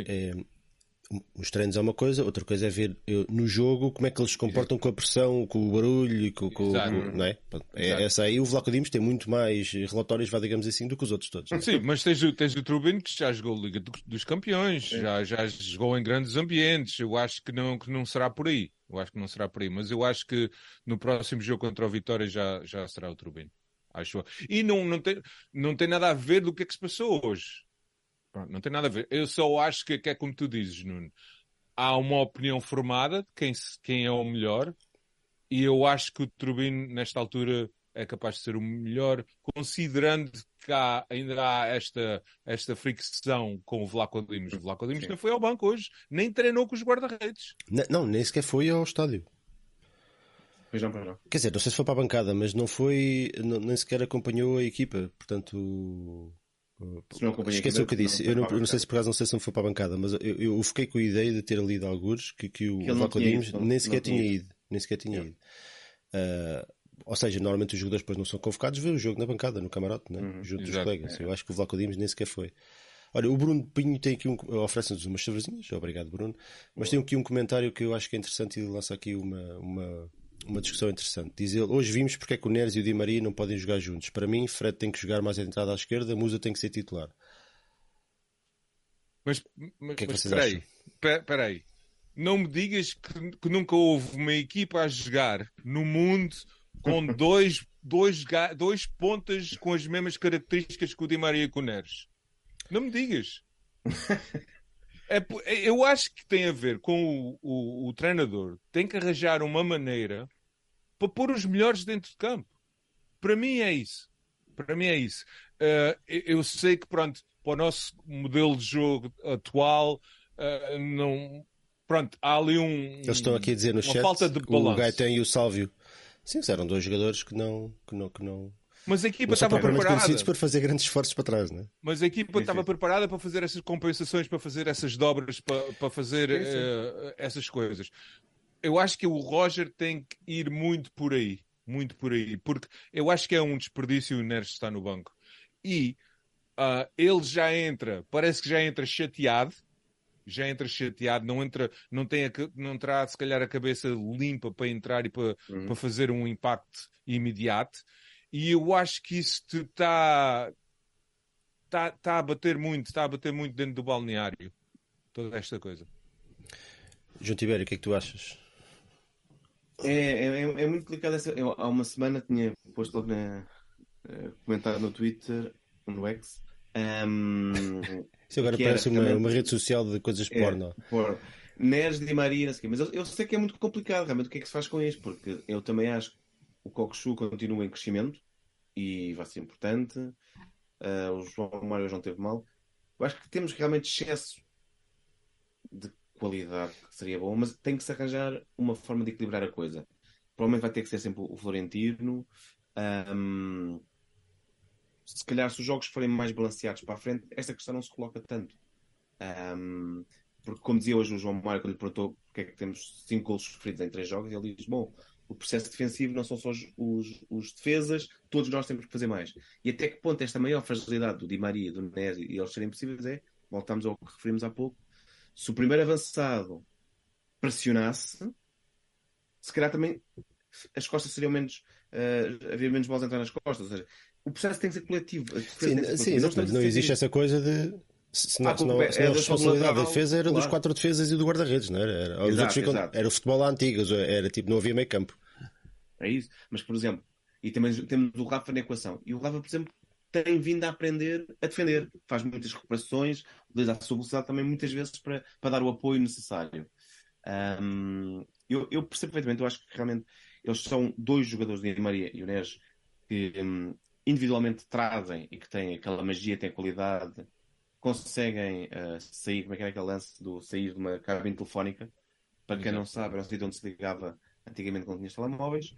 os treinos é uma coisa, outra coisa é ver no jogo como é que eles se comportam com a pressão, com o barulho, não é? Essa aí o Vlaco Dimos tem muito mais relatórios, digamos assim, do que os outros todos. Não é? Sim, mas tens o Trubin que já jogou Liga dos Campeões, já jogou em grandes ambientes. Eu acho que não será por aí. Eu acho que não será por aí, mas eu acho que no próximo jogo contra o Vitória já será o Trubin. Acho. E não tem nada a ver do que é que se passou hoje. Pronto, não tem nada a ver. Eu só acho que é como tu dizes, Nuno. Há uma opinião formada de quem é o melhor, e eu acho que o Trubin, nesta altura, é capaz de ser o melhor, considerando que ainda há esta fricção com o Vlaco Dimos. O Vlaco Dimos não foi ao banco hoje, nem treinou com os guarda-redes. Não, nem sequer foi ao estádio. Pois não. Quer dizer, não sei se foi para a bancada, mas não foi, nem sequer acompanhou a equipa. Portanto, esqueci o que eu disse. Eu não sei se por acaso não sei se não foi para a bancada, mas eu fiquei com a ideia de ter lido algures que o Vlaco Dimos nem sequer tinha ido. Nem sequer tinha ido. Ou seja, normalmente os jogadores depois não são convocados, vê o jogo na bancada, no camarote, né? Junto dos colegas. Eu acho que o Vlaco Dimos nem sequer foi. Olha, o Bruno Pinho tem aqui oferece-nos umas cervezinhas, obrigado Bruno, mas tem aqui um comentário que eu acho que é interessante e lança aqui uma discussão interessante. Diz ele: hoje vimos porque é que o Neres e o Di Maria não podem jogar juntos. Para mim, Fred tem que jogar mais adentrado à esquerda, Musa tem que ser titular. Mas que é que espera aí. Não me digas que nunca houve uma equipa a jogar no mundo com dois pontas com as mesmas características que o Di Maria e com o Neres. Não me digas. Eu acho que tem a ver com o treinador. Tem que arranjar uma maneira para pôr os melhores dentro de campo. Para mim é isso. Eu sei que, pronto, para o nosso modelo de jogo atual, não... Pronto, há ali Eles estão aqui a dizer no chat falta de balanço. O Gaetan e o Sálvio. Sim, eram 2 jogadores que não... Mas a equipa não são estava preparada. conhecidos por fazer grandes esforços para trás, não é? Mas a equipa estava preparada para fazer essas compensações, para fazer essas dobras, para fazer essas coisas. Eu acho que o Roger tem que ir muito por aí. Muito por aí. Porque eu acho que é um desperdício o Neres estar no banco. E ele já entra, parece que já entra chateado. Não terá se calhar a cabeça limpa para entrar e para fazer um impacto imediato. E eu acho que isso está a bater muito dentro do balneário. Toda esta coisa. João Tibério, o que é que tu achas? É muito delicado essa. Eu há uma semana tinha posto logo comentado no Twitter, no X. Isso agora parece uma rede social de coisas porno. Neres, Di Maria, não sei o quê. Mas eu sei que é muito complicado, realmente, o que é que se faz com isto? Porque eu também acho que o Cockchu continua em crescimento e vai ser importante. O João Mário não teve mal. Eu acho que temos realmente excesso de qualidade, que seria bom, mas tem que se arranjar uma forma de equilibrar a coisa. Provavelmente vai ter que ser sempre o Florentino. Se calhar, se os jogos forem mais balanceados para a frente, esta questão não se coloca tanto. Porque, como dizia hoje o João Mário, quando lhe perguntou porque é que temos 5 golos sofridos em 3 jogos, ele diz: bom, o processo defensivo não são só os defesas, todos nós temos que fazer mais. E até que ponto esta maior fragilidade do Di Maria, do Neres e eles serem possíveis voltamos ao que referimos há pouco, se o primeiro avançado pressionasse, se calhar também as costas seriam menos. Havia menos bolas a entrar nas costas. Ou seja, o processo tem que ser coletivo. Sim, exatamente. Não existe essa coisa de. Senão a responsabilidade da defesa era dos 4 defesas e do guarda-redes, não era? Era o futebol à antiga, era tipo, não havia meio campo. É isso. Mas, por exemplo, e também temos o Rafa na equação. E o Rafa, por exemplo, tem vindo a aprender a defender. Faz muitas recuperações, utiliza a sua velocidade também muitas vezes para dar o apoio necessário. Eu percebo perfeitamente. Eu acho que realmente eles são 2 jogadores, de Di Maria e o Neres, que individualmente trazem e que têm aquela magia, têm qualidade, conseguem sair, como é que era aquele lance do sair de uma cabine telefónica. Para quem não sabe, era um sítio onde se ligava antigamente quando tinha os telemóveis.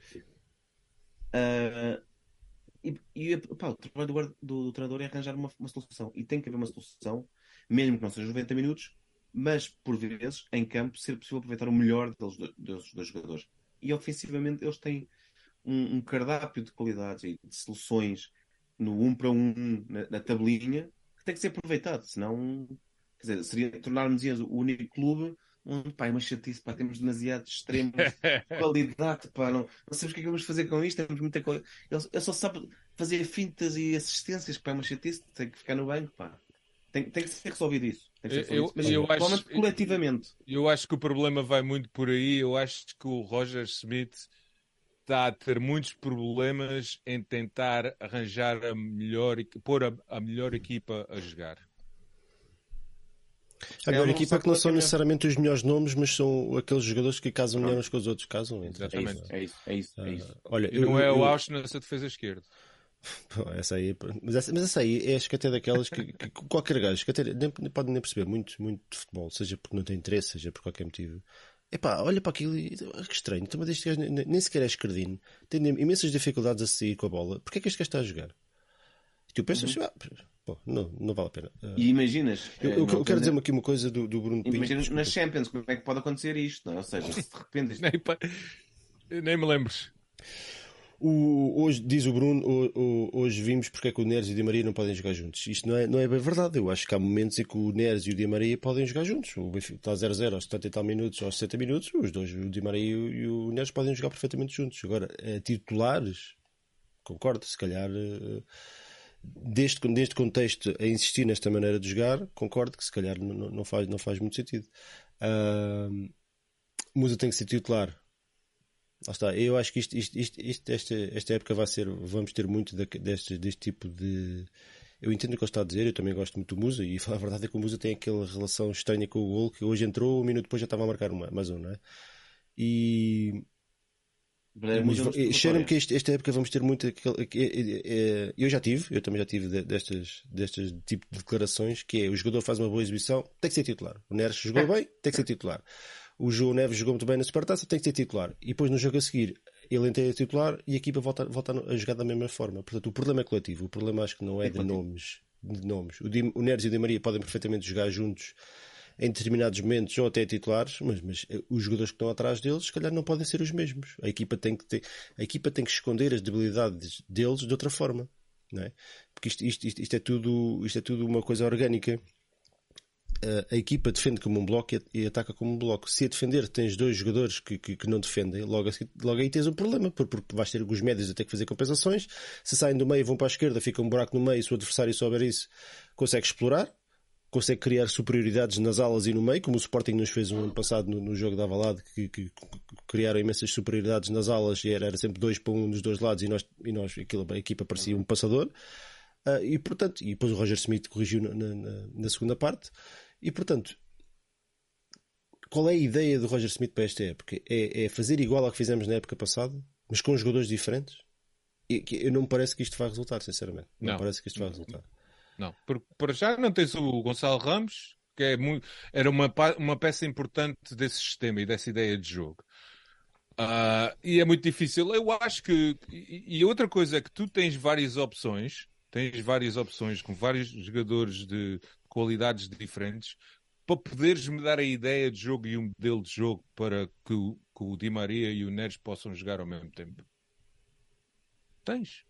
O trabalho do treinador é arranjar uma solução. E tem que haver uma solução, mesmo que não seja 90 minutos, mas por vezes, em campo, ser possível aproveitar o melhor dos jogadores. E ofensivamente eles têm um cardápio de qualidades e de soluções no 1 para 1 na tabelinha que tem que ser aproveitado, senão, quer dizer, tornarmos o único clube onde, pá, é uma chatice, pá, temos demasiados extremos de qualidade, pá, não sabemos o que é que vamos fazer com isto, temos muita coisa. Ele só sabe fazer fintas e assistências, pá, é uma chatice, tem que ficar no banco, pá. Tem que ser resolvido isso. Mas provavelmente coletivamente. Eu acho que o problema vai muito por aí. Eu acho que o Roger Smith está a ter muitos problemas em tentar arranjar pôr a melhor equipa a jogar. A melhor equipa que não são necessariamente os melhores nomes, mas são aqueles jogadores que casam melhor uns com os outros. Exatamente. É isso. Olha, não é o Auschwitz a defesa esquerda. Essa aí, mas essa aí acho que até daquelas que qualquer gajo que até nem pode nem perceber muito de futebol, seja porque não tem interesse, seja por qualquer motivo. Epá, olha para aquilo e que estranho, mas este gajo nem sequer é esquerdino, tem imensas dificuldades a sair com a bola. Porquê é que este gajo está a jogar? E tu pensas, não vale a pena. E imaginas, eu quero dizer-me aqui uma coisa do Bruno Pinto. Imaginas nas Champions, como é que pode acontecer isto? Não? Ou seja, se de repente. Nem me lembres. Hoje, diz o Bruno, hoje vimos porque é que o Neres e o Di Maria não podem jogar juntos. Isto não é bem verdade. Eu acho que há momentos em que o Neres e o Di Maria podem jogar juntos. O Benfica está 0-0 aos 70 e tal minutos, aos 60 minutos, os dois, o Di Maria e o Neres, podem jogar perfeitamente juntos. Agora, titulares, concordo, se calhar, deste contexto, a insistir nesta maneira de jogar, concordo que se calhar não faz muito sentido. Musa tem que ser titular. Lá está, eu acho que esta época vamos ter muito deste tipo de. Eu entendo o que ele está a dizer, eu também gosto muito do Musa, e a verdade é que o Musa tem aquela relação estranha com o gol, que hoje entrou, um minuto depois já estava a marcar mais um, não é? Cheira-me que esta época vamos ter muito eu também já tive destas tipo de declarações, que é: o jogador faz uma boa exibição, tem que ser titular. O Neres jogou bem, tem que ser titular. O João Neves jogou muito bem na Supertaça, tem que ser titular. E depois no jogo a seguir ele entra a titular e a equipa volta a jogar da mesma forma. Portanto, o problema é coletivo. O problema acho que não é de nomes. O Neres e o Di Maria podem perfeitamente jogar juntos em determinados momentos ou até titulares, mas os jogadores que estão atrás deles se calhar não podem ser os mesmos. A equipa tem que esconder as debilidades deles de outra forma, não é? Porque isto é tudo uma coisa orgânica. A equipa defende como um bloco e ataca como um bloco. Se a defender tens 2 jogadores que não defendem, logo aí tens um problema, porque vais ter os médios a ter que fazer compensações. Se saem do meio e vão para a esquerda, fica um buraco no meio, e se o adversário souber isso, consegue explorar. consegue criar superioridades nas alas e no meio, como o Sporting nos fez um ano passado no jogo da Alvalade, que criaram imensas superioridades nas alas e era sempre 2 para 1 dos dois lados, e nós a equipa parecia um passador. E portanto, e depois o Roger Smith corrigiu na segunda parte. E portanto, qual é a ideia do Roger Smith para esta época? É fazer igual ao que fizemos na época passada, mas com jogadores diferentes? Eu não me parece que isto vai resultar, sinceramente. Não parece que isto vai resultar. Não, porque para já não tens o Gonçalo Ramos, que era uma peça importante desse sistema e dessa ideia de jogo. E é muito difícil. Eu acho que... E outra coisa é que tu tens várias opções com vários jogadores de qualidades diferentes para poderes me dar a ideia de jogo e um modelo de jogo para que o Di Maria e o Neres possam jogar ao mesmo tempo. Tens.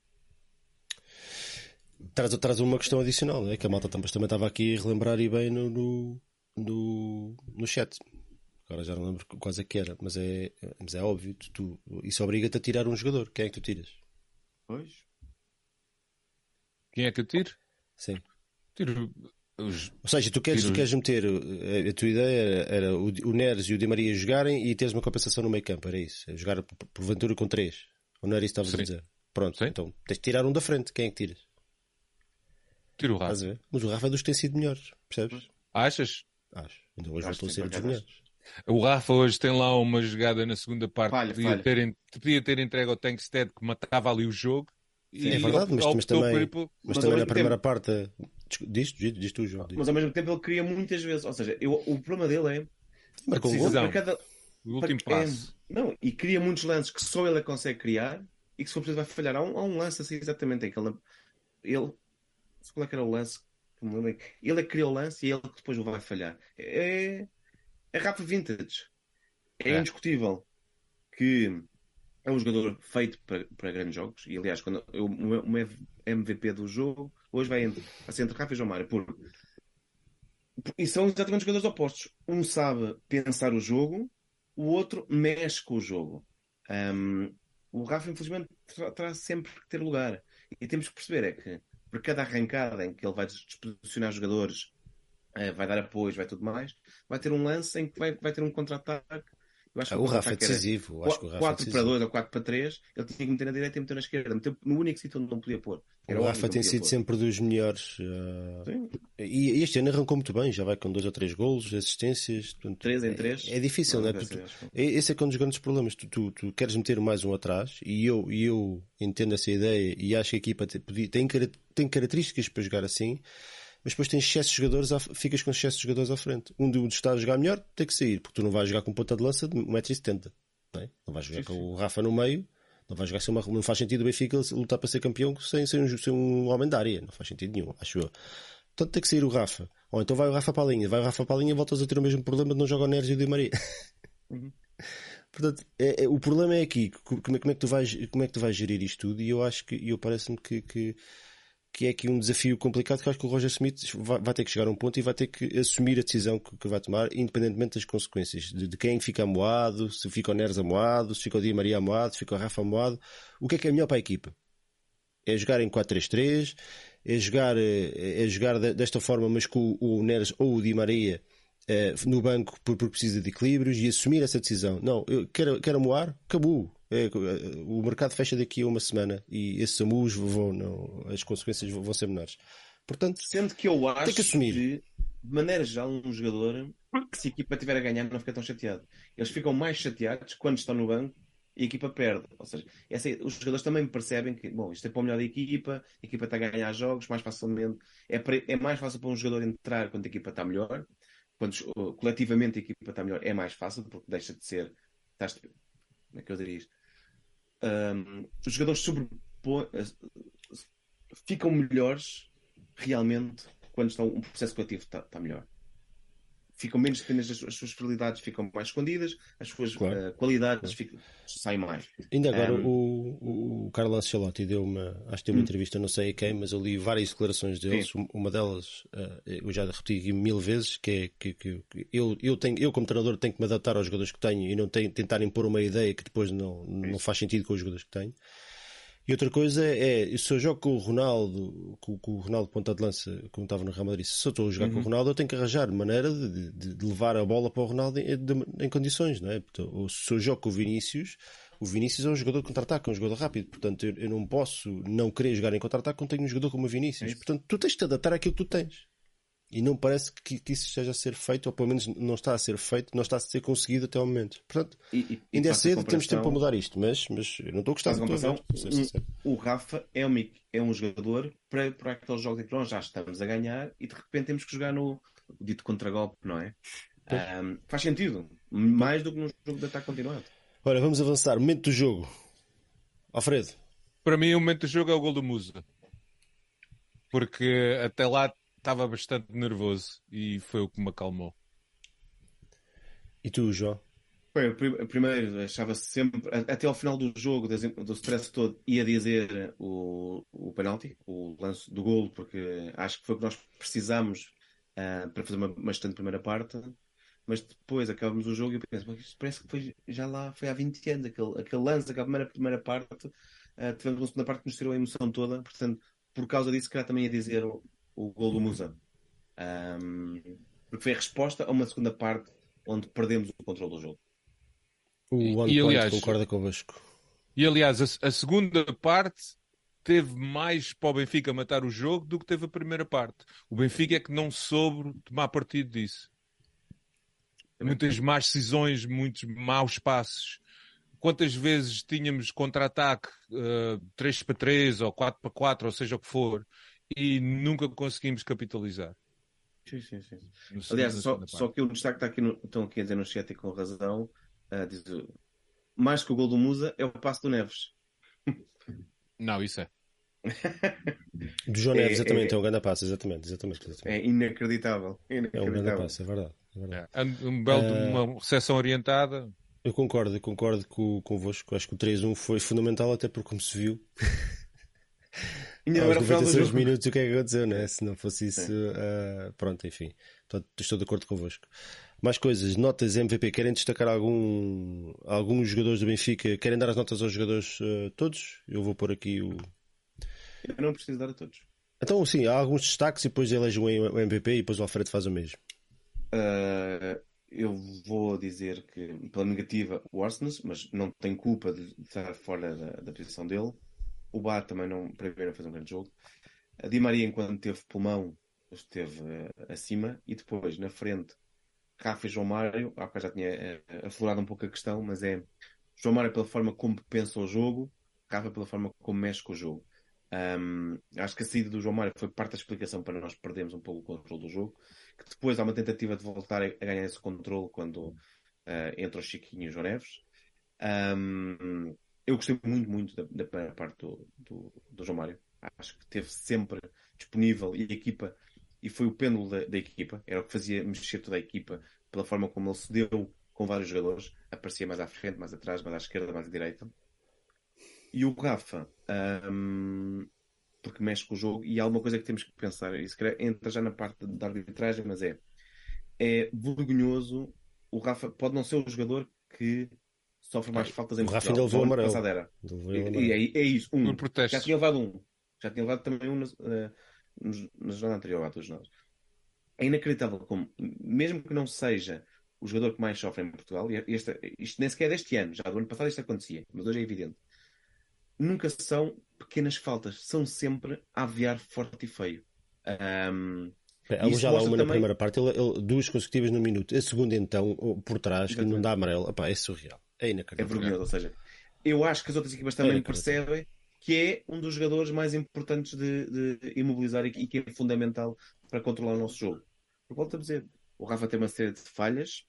Traz uma questão adicional, não é? Que a malta também estava aqui a relembrar e bem no chat. Agora já não lembro quase que era, mas é óbvio. Isso obriga-te a tirar um jogador. Quem é que tu tiras? Pois. Quem é que eu tiro? Sim. Tiro Ou seja, tu queres meter... A tua ideia era o Neres e o Di Maria jogarem e teres uma compensação no meio campo. Era isso? Jogar porventura com 3. Ou não era isso que estavas a dizer? Pronto, sim. Então tens de tirar um da frente. Quem é que tiras? Tiro o Rafa. Mas o Rafa é dos que tem sido melhores, percebes? Achas? Acho. Então hoje voltou a ser dos melhores. O Rafa hoje tem lá uma jogada na segunda parte. Podia ter entregue ao Tankstead, que matava ali o jogo. Sim, é verdade, mas também na primeira parte... Diz tu, João. Mas ao mesmo tempo ele cria muitas vezes. Ou seja, o problema dele é... Marcou o gol. O último passo. Não, e cria muitos lances que só ele consegue criar e que se for preciso vai falhar. Há um lance assim exatamente em que ele qual é que era o lance? Ele é que cria o lance e ele que depois o vai falhar. É Rafa Vintage. É indiscutível que é um jogador feito para grandes jogos. E aliás, quando o meu MVP do jogo hoje vai ser entre Rafa e João Mário. E são exatamente jogadores opostos. Um sabe pensar o jogo, o outro mexe com o jogo. O Rafa, infelizmente, terá sempre que ter lugar. E temos que perceber que por cada arrancada em que ele vai disposicionar jogadores, vai dar apoios, vai tudo mais, vai ter um lance em que vai ter um contra-ataque. O Rafa é decisivo. 4 para 2 ou 4 para 3, ele tinha que meter na direita e meter na esquerda. Meter no único sítio onde não podia pôr. O Rafa tem sido sempre dos melhores. E este ano arrancou muito bem. Já vai com 2 ou 3 golos, assistências. 3 em 3. É difícil, não é? Esse é um dos grandes problemas. Tu queres meter mais um atrás e eu entendo essa ideia e acho que a equipa tem características para jogar assim. Mas depois tens excesso de jogadores, ficas com excesso de jogadores à frente. Um dos está a jogar melhor tem que sair, porque tu não vais jogar com ponta de lança de 1,70m. Não vais jogar com o Rafa no meio, não vais jogar sem não faz sentido o Benfica lutar para ser campeão sem um homem da área. Não faz sentido nenhum, acho eu. Portanto tem que sair o Rafa. Ou então vai o Rafa para a linha. Vai o Rafa para a linha e voltas a ter o mesmo problema de não jogar o Neres e o Di Maria. Portanto, o problema é aqui. Como é que tu vais gerir isto tudo? E eu acho que parece-me que é aqui um desafio complicado, que eu acho que o Roger Smith vai ter que chegar a um ponto e vai ter que assumir a decisão que vai tomar, independentemente das consequências, de quem fica amoado, se fica o Neres amoado, se fica o Di Maria amoado, se fica o Rafa amoado. O que é melhor para a equipa? É jogar em 4-3-3, é jogar desta forma, mas com o Neres ou o Di Maria no banco porque precisa de equilíbrios, e assumir essa decisão. Não, eu quero amoar, acabou. O mercado fecha daqui a uma semana e esses amuos as consequências vão ser menores. Portanto, sendo que eu acho tem que assumir. Que, de maneira geral, um jogador, se a equipa estiver a ganhar, não fica tão chateado. Eles ficam mais chateados quando estão no banco e a equipa perde. Ou seja, os jogadores também percebem que, bom, isto é para o melhor da equipa, a equipa está a ganhar jogos mais facilmente. É mais fácil para um jogador entrar quando a equipa está melhor. Quando coletivamente a equipa está melhor, é mais fácil, porque deixa de ser. Como é que eu diria isto? Os jogadores ficam melhores realmente quando um processo coletivo está melhor. Ficam menos dependentes, as suas fragilidades ficam mais escondidas, as suas qualidades saem mais. Ainda agora o Carlo Ancelotti deu acho que deu uma entrevista, não sei a quem, mas eu li várias declarações deles. Uma delas eu já repeti aqui 1000 vezes, que é que eu como treinador tenho que me adaptar aos jogadores que tenho e não tentar impor uma ideia que depois não faz sentido com os jogadores que tenho. E outra coisa se eu jogo com o Ronaldo, com o Ronaldo ponta de lança, como estava no Real Madrid, se eu estou a jogar com o Ronaldo, eu tenho que arranjar maneira de levar a bola para o Ronaldo em condições, não é? Portanto, ou se eu jogo com o Vinícius é um jogador de contra-ataque, é um jogador rápido, portanto eu não posso não querer jogar em contra-ataque quando tenho um jogador como o Vinícius. Portanto, tu tens de te adaptar àquilo que tu tens. E não parece que isso esteja a ser feito, ou pelo menos não está a ser feito, não está a ser conseguido até ao momento. Portanto, ainda é cedo, temos tempo para mudar isto, mas eu não estou a gostar de comparação. O Rafa é um jogador para aqueles jogos em que nós já estamos a ganhar e de repente temos que jogar no dito contragolpe, não é? Faz sentido, mais do que num jogo de ataque continuado. Ora, vamos avançar. Momento do jogo. Alfredo. Para mim, o momento do jogo é o gol do Musa. Porque até lá estava bastante nervoso e foi o que me acalmou. E tu, João? Primeiro, achava-se sempre, até ao final do jogo, do stress todo, ia dizer o penalti, o lance do golo, porque acho que foi o que nós precisámos para fazer uma excelente primeira parte. Mas depois acabamos o jogo e eu penso, mas isto parece que foi há 20 anos, aquele lance, aquela primeira parte. Tivemos uma segunda parte que nos tirou a emoção toda, portanto, por causa disso, que também ia dizer o gol do Musa. Porque foi a resposta a uma segunda parte onde perdemos o controle do jogo. O One Point concorda convosco. E aliás, a segunda parte teve mais para o Benfica matar o jogo do que teve a primeira parte. O Benfica é que não soube tomar partido disso. Muitas más decisões, muitos maus passos. Quantas vezes tínhamos contra-ataque 3-3 ou 4-4, ou seja o que for, e nunca conseguimos capitalizar. Sim. Aliás, só que o destaque está aqui, estão aqui a dizer no chat e com razão, diz, mais que o gol do Musa é o passo do Neves. Não, isso é. Do João Neves, exatamente, é um grande passo, exatamente. É inacreditável. É um grande passo, é verdade. Uma recepção orientada. Eu concordo convosco. Acho que o 3-1 foi fundamental, até porque, como se viu, aos 96 minutos o que é que aconteceu, né? Se não fosse isso, pronto, enfim. Portanto, estou de acordo convosco. Mais coisas, notas MVP. Querem destacar alguns jogadores do Benfica? Querem dar as notas aos jogadores todos? Eu vou pôr aqui o... Eu não preciso dar a todos. Então, sim, há alguns destaques e depois elegem o MVP e depois o Alfredo faz o mesmo. Eu vou dizer que, pela negativa, o Arsenal, mas não tem culpa de estar fora da posição dele. O Bá também não, para mim, não fez um grande jogo. A Di Maria, enquanto teve pulmão, esteve acima. E depois, na frente, Rafa e João Mário. Há bocado já tinha aflorado um pouco a questão, mas é João Mário pela forma como pensa o jogo, Rafa pela forma como mexe com o jogo. Acho que a saída do João Mário foi parte da explicação para nós perdermos um pouco o controle do jogo, que depois há uma tentativa de voltar a ganhar esse controle quando entra o Chiquinho e o João Neves. Eu gostei muito da primeira parte do João Mário. Acho que esteve sempre disponível e a equipa, e foi o pêndulo da equipa, era o que fazia mexer toda a equipa pela forma como ele se deu com vários jogadores, aparecia mais à frente, mais atrás, mais à esquerda, mais à direita. E o Rafa, porque mexe com o jogo, e há alguma coisa que temos que pensar, e se calhar entra já na parte da arbitragem, mas é vergonhoso. O Rafa pode não ser o jogador que sofre mais faltas em Portugal. O Rafa ainda levou o amarelo. E é isso, Já tinha levado um. Já tinha levado também um na jornada anterior a todos nós. É inacreditável como, mesmo que não seja o jogador que mais sofre em Portugal, e isto nem sequer é deste ano, já do ano passado isto acontecia, mas hoje é evidente. Nunca são pequenas faltas, são sempre a aviar forte e feio. Já lá uma na primeira parte, ele, duas consecutivas no minuto. A segunda, então, por trás, que não dá amarelo. Epá, é surreal. É inacreditável. É vergonhoso, ou seja, eu acho que as outras equipas também percebem que é um dos jogadores mais importantes de imobilizar e que é fundamental para controlar o nosso jogo. Eu volto a dizer, o Rafa tem uma série de falhas,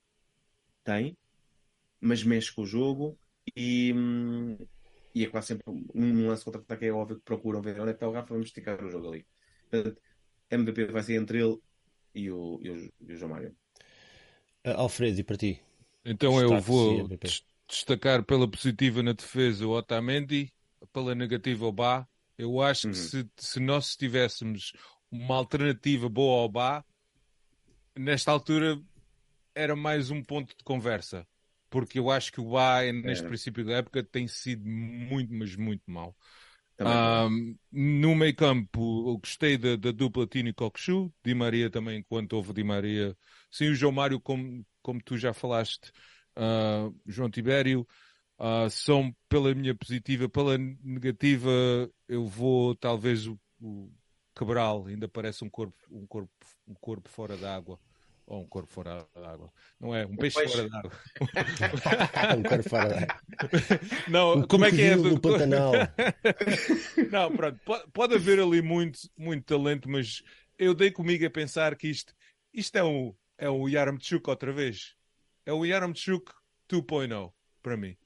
mas mexe com o jogo e é quase sempre um lance contra-ataque, é óbvio que procuram ver onde é que está o Rafa, vamos esticar o jogo ali. Portanto, MVP vai ser entre ele e o João Mário. Alfredo, e para ti? Então eu vou destacar pela positiva na defesa o Otamendi, pela negativa o Bá. Eu acho que se nós tivéssemos uma alternativa boa ao Bá, nesta altura era mais um ponto de conversa. Porque eu acho que o Bá, neste princípio da época, tem sido muito, mas muito mau. No meio campo, eu gostei da dupla Tino e Cockchu. Di Maria também, enquanto houve Di Maria. Sim, o João Mário, como tu já falaste, João Tibério. São pela minha positiva, pela negativa, eu vou talvez o Cabral, ainda parece um corpo fora d'água. Ou um corpo fora d'água. Não é? Um peixe fora d'água. Um corpo fora d'água. Não, como é que é? No Pantanal. Não, pronto. Pode haver ali muito, muito talento, mas eu dei comigo a pensar que isto é um Yaremchuk outra vez. É o Yaremchuk 2.0 para mim.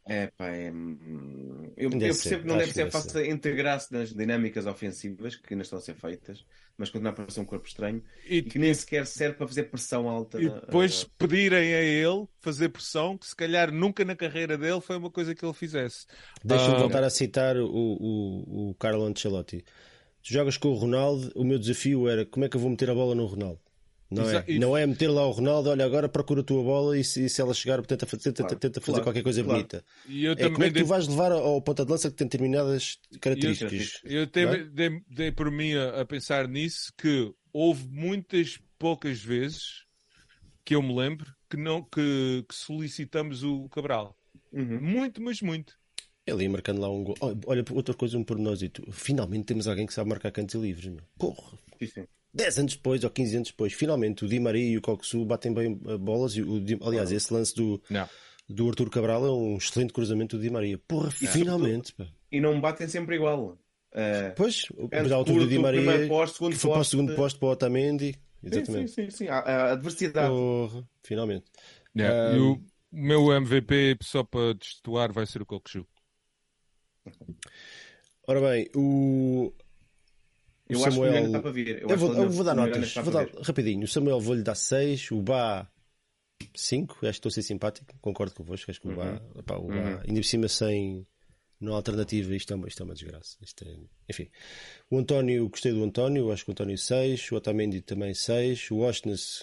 Eu percebo que não deve ser fácil integrar-se nas dinâmicas ofensivas que ainda estão a ser feitas, mas continua a parecer um corpo estranho e que nem sequer serve para fazer pressão alta. E depois pedirem a ele fazer pressão, que se calhar nunca na carreira dele foi uma coisa que ele fizesse. Deixa-me voltar a citar o Carlo Ancelotti. Tu jogas com o Ronaldo, o meu desafio era como é que eu vou meter a bola no Ronaldo? Não é meter lá o Ronaldo, olha, agora procura a tua bola e se ela chegar, tenta fazer qualquer coisa bonita. E eu como é que tu vais levar ao ponta de lança que tem determinadas características? Eu dei por mim a pensar nisso, que houve poucas vezes que eu me lembro que solicitamos o Cabral. Muito, mas muito. Ele ia marcando lá um gol. Olha, outra coisa, um pormenorzito. Finalmente temos alguém que sabe marcar cantos livres. Meu. Porra! Sim. 10 anos depois ou 15 anos depois, finalmente o Di Maria e o Cockchu batem bem bolas. Aliás, esse lance do Arthur Cabral é um excelente cruzamento do Di Maria. Porra, finalmente. E não batem sempre igual. Pois, a altura do Di Maria que foi para o segundo posto para o Otamendi. Exatamente. Sim. A adversidade. Porra, finalmente. E o meu MVP, só para destoar, vai ser o Cockchu. Ora bem, eu Samuel... acho que o Miranda está para vir. Eu vou dar notas. Rapidinho. O Samuel vou-lhe dar 6. O Bá 5. Acho que estou a ser simpático. Concordo convosco. Acho que o Bá... Ainda por cima sem... Não há alternativa. Isto é uma desgraça. Enfim. O António... Gostei do António. Acho que o António 6. O Otamendi também 6. O Oshness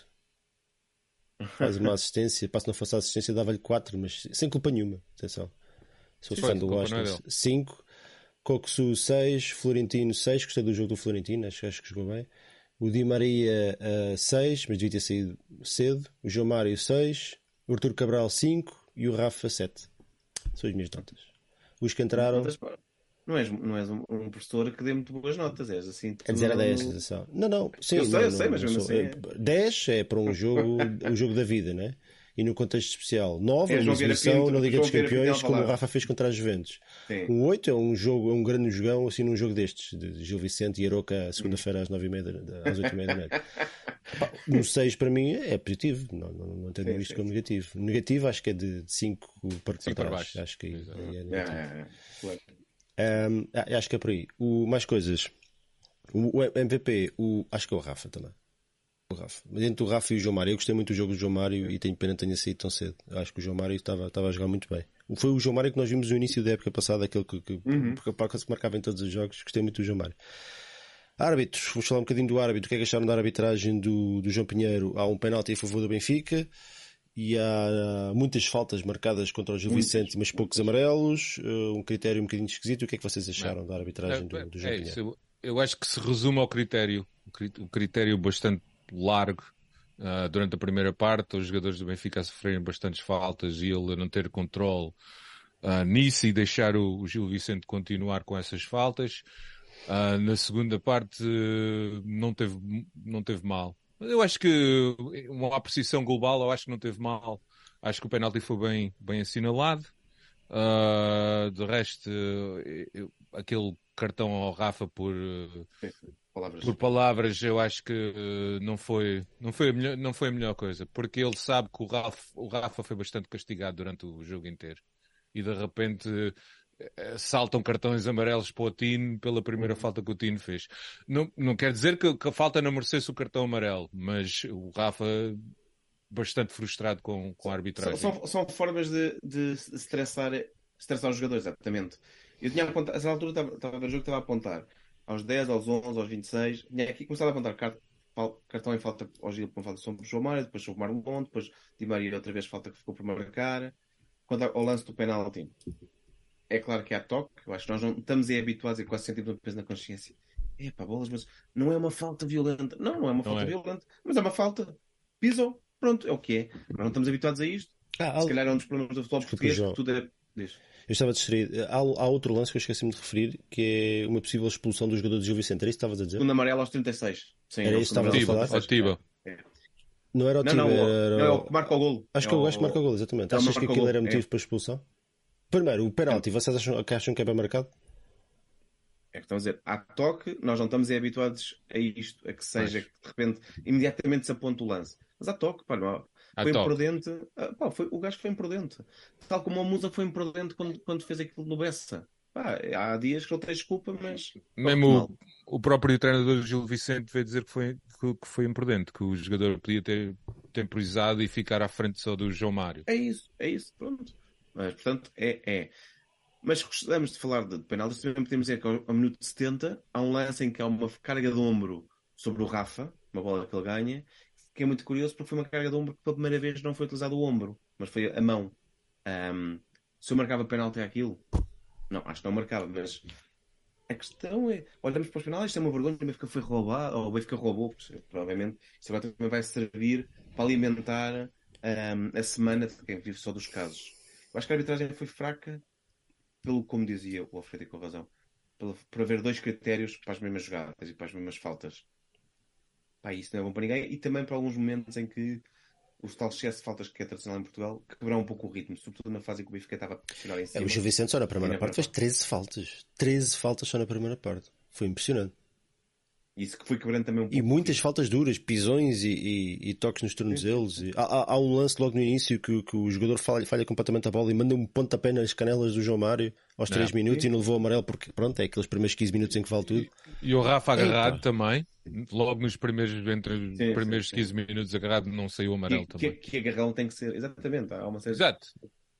faz uma assistência. Se não fosse a assistência dava-lhe 4. Mas sem culpa nenhuma. Atenção. Sou fã do Oshness. 5. Cockchu 6, Florentino 6, gostei do jogo do Florentino, acho que jogou bem. O Di Maria 6, mas devia ter saído cedo. O João Mário 6, o Arthur Cabral 5 e o Rafa 7. São as minhas notas. Os que entraram. Não és um professor que dê muito boas notas, és assim. É de 0 a 10, atenção. Não, sim. Eu sei, mas mesmo assim. 10 é para um jogo, o jogo da vida, né? E no contexto especial, 9 é uma exibição na Liga dos Campeões, como o Rafa fez contra a Juventus. Um 8 é um grande jogão, assim, num jogo destes, de Gil Vicente e Aroca, segunda-feira às 9h30, às 8h30 da noite. Um 6 para mim é positivo, não tenho isto como negativo. Negativo acho que é de 5 para baixo. Acho que é negativo. Acho que é por aí. Mais coisas. O MVP, acho que é o Rafa também. Mas entre o Rafa e o João Mário, eu gostei muito do jogo do João Mário e tenho pena que tenha saído tão cedo. Acho que o João Mário estava a jogar muito bem. Foi o João Mário que nós vimos no início da época passada, aquele que marcava em todos os jogos. Gostei muito do João Mário. Árbitros, vamos falar um bocadinho do árbitro. O que é que acharam da arbitragem do João Pinheiro? Há um penalti a favor do Benfica e há muitas faltas marcadas contra o Gil Vicente, mas poucos amarelos. Um critério um bocadinho esquisito. O que é que vocês acharam da arbitragem do João Pinheiro? Eu acho que se resume ao critério. O critério bastante largo durante a primeira parte, os jogadores do Benfica a sofrerem bastantes faltas e ele a não ter controle nisso e deixar o Gil Vicente continuar com essas faltas. Na segunda parte não teve mal. Eu acho que uma apreciação global, eu acho que não teve mal. Acho que o penalti foi bem assinalado. De resto, aquele cartão ao Rafa por palavras, eu acho que não foi a melhor coisa, porque ele sabe que o Rafa foi bastante castigado durante o jogo inteiro e de repente saltam cartões amarelos para o Tino pela primeira falta que o Tino fez. Não quer dizer que a falta não merecesse o cartão amarelo, mas o Rafa bastante frustrado com a arbitragem. São formas de estressar os jogadores, exatamente. Eu tinha apontado, a essa altura estava a ver o jogo que estava a apontar aos 10, aos 11, aos 26. Tinha aqui começado a apontar cartão em falta ao Gil por uma falta sobre o João Mário, depois sobre o Marlon, depois Di Maria outra vez falta que ficou por marcar. Quanto ao lance do penalti, é claro que há toque. Eu acho que nós não estamos habituados e quase sentimos um peso na consciência. Epá, bolas, mas não é uma falta violenta. Não, não é uma Não falta é? violenta, mas é uma falta. Pisou. Pronto, é o que é. Nós não estamos habituados a isto. Se algo. calhar é um dos problemas do futebol Desculpa, português que João. tudo é. Diz. Eu estava distraído. Há outro lance que eu esqueci-me de referir, que é uma possível expulsão do jogador de Gil Vicente. Era isso que estavas a dizer? Segundo amarelo aos 36. Sim, Era é o isso que segundo estavas a amarelo falar? aos Atiba. 36. É. Não era o Não, Tiba, não, era não é o que marca o golo. Acho que é o gajo que marca o golo, exatamente. É o Achas que marca o aquilo golo, era é. motivo para expulsão? Primeiro, o penalti, vocês acham que é bem marcado? É que estão a dizer, há toque, nós não estamos habituados a isto, a que seja, que de repente, imediatamente se aponta o lance. Mas há toque, pá, não, Há foi toque. imprudente. O gajo foi imprudente. Tal como a Musa foi imprudente quando fez aquilo no Bessa. Pá, há dias que ele tem desculpa, mas. Mesmo mal. o próprio treinador Gil Vicente veio dizer que foi imprudente, que o jogador podia ter temporizado e ficar à frente só do João Mário. É isso, pronto. Mas, portanto, é. Mas gostamos de falar de penaltis, também podemos dizer que ao minuto 70 há um lance em que há uma carga de ombro sobre o Rafa, uma bola que ele ganha, que é muito curioso porque foi uma carga de ombro que pela primeira vez não foi utilizado o ombro, mas foi a mão. Se eu marcava penalti àquilo, não, acho que não marcava, mas a questão é, olhamos para os penaltis, isto é uma vergonha, o Benfica foi roubado, ou o Benfica roubou, provavelmente, isso agora também vai servir para alimentar a semana de quem vive só dos casos. Eu acho que a arbitragem foi fraca pelo como dizia o Alfredo e com razão, por haver dois critérios para as mesmas jogadas e para as mesmas faltas. Pá, isso não é bom para ninguém. E também para alguns momentos em que o tal excesso de faltas que é tradicional em Portugal quebrou um pouco o ritmo, sobretudo na fase em que o Benfica estava a pressionar em cima. O Gil Vicente só na E primeira na parte fez primeira 13 faltas. 13 faltas só na primeira parte. Foi impressionante. Isso que foi quebrando também um pouco. E o muitas ritmo. faltas duras, pisões e toques nos tornozelos. Há um lance logo no início que o jogador falha completamente a bola e manda um pontapé nas canelas do João Mário aos 3 minutos e não levou amarelo porque, pronto, é aqueles primeiros 15 minutos em que vale tudo. E o Rafa agarrado Eita. também, logo nos primeiros, entre os Sim, primeiros sim. 15 minutos agarrado, não saiu amarelo também. Que agarrão tem que ser. Exatamente, há uma série. Exato.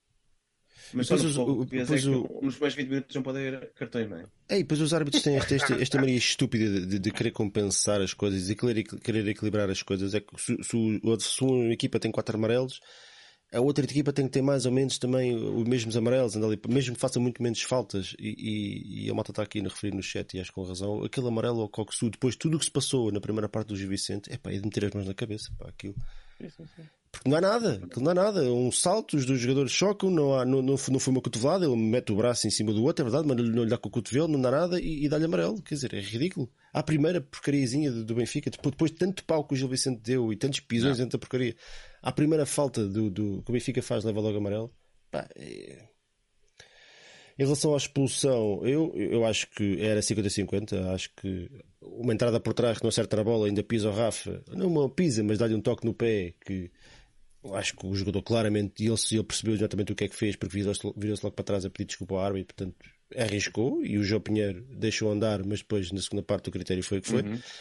Mas E só depois no o- futebol o- português depois é que o- nos primeiros 20 minutos não pode haver cartões, não é? E depois os árbitros têm esta mania estúpida de querer compensar as coisas e querer equilibrar as coisas. É que se uma equipa tem 4 amarelos, a outra equipa tem que ter mais ou menos também os mesmos amarelos, anda ali, mesmo que faça muito menos faltas. E a malta está aqui a referir no chat e acho com razão. Aquele amarelo ao Coxu, depois tudo o que se passou na primeira parte do Gil Vicente, é de meter as mãos na cabeça. Aquilo. Porque não há nada, aquilo não há nada. Um salto, os dois jogadores chocam, não foi uma cotovelada, ele mete o braço em cima do outro, é verdade, mas não lhe dá com o cotovelo, não dá nada e dá-lhe amarelo. Quer dizer, é ridículo. À primeira porcariazinha do Benfica, depois de tanto pau que o Gil Vicente deu e tantos pisões dentro da porcaria, à primeira falta que o Benfica faz, leva logo amarelo. Em relação à expulsão, eu acho que era 50-50. Acho que uma entrada por trás que não acerta na bola, ainda pisa o Rafa, não pisa, mas dá-lhe um toque no pé que acho que o jogador claramente, e ele percebeu exatamente o que é que fez, porque virou-se logo para trás a pedir desculpa ao árbitro, portanto arriscou, e o João Pinheiro deixou andar, mas depois na segunda parte o critério foi o que foi.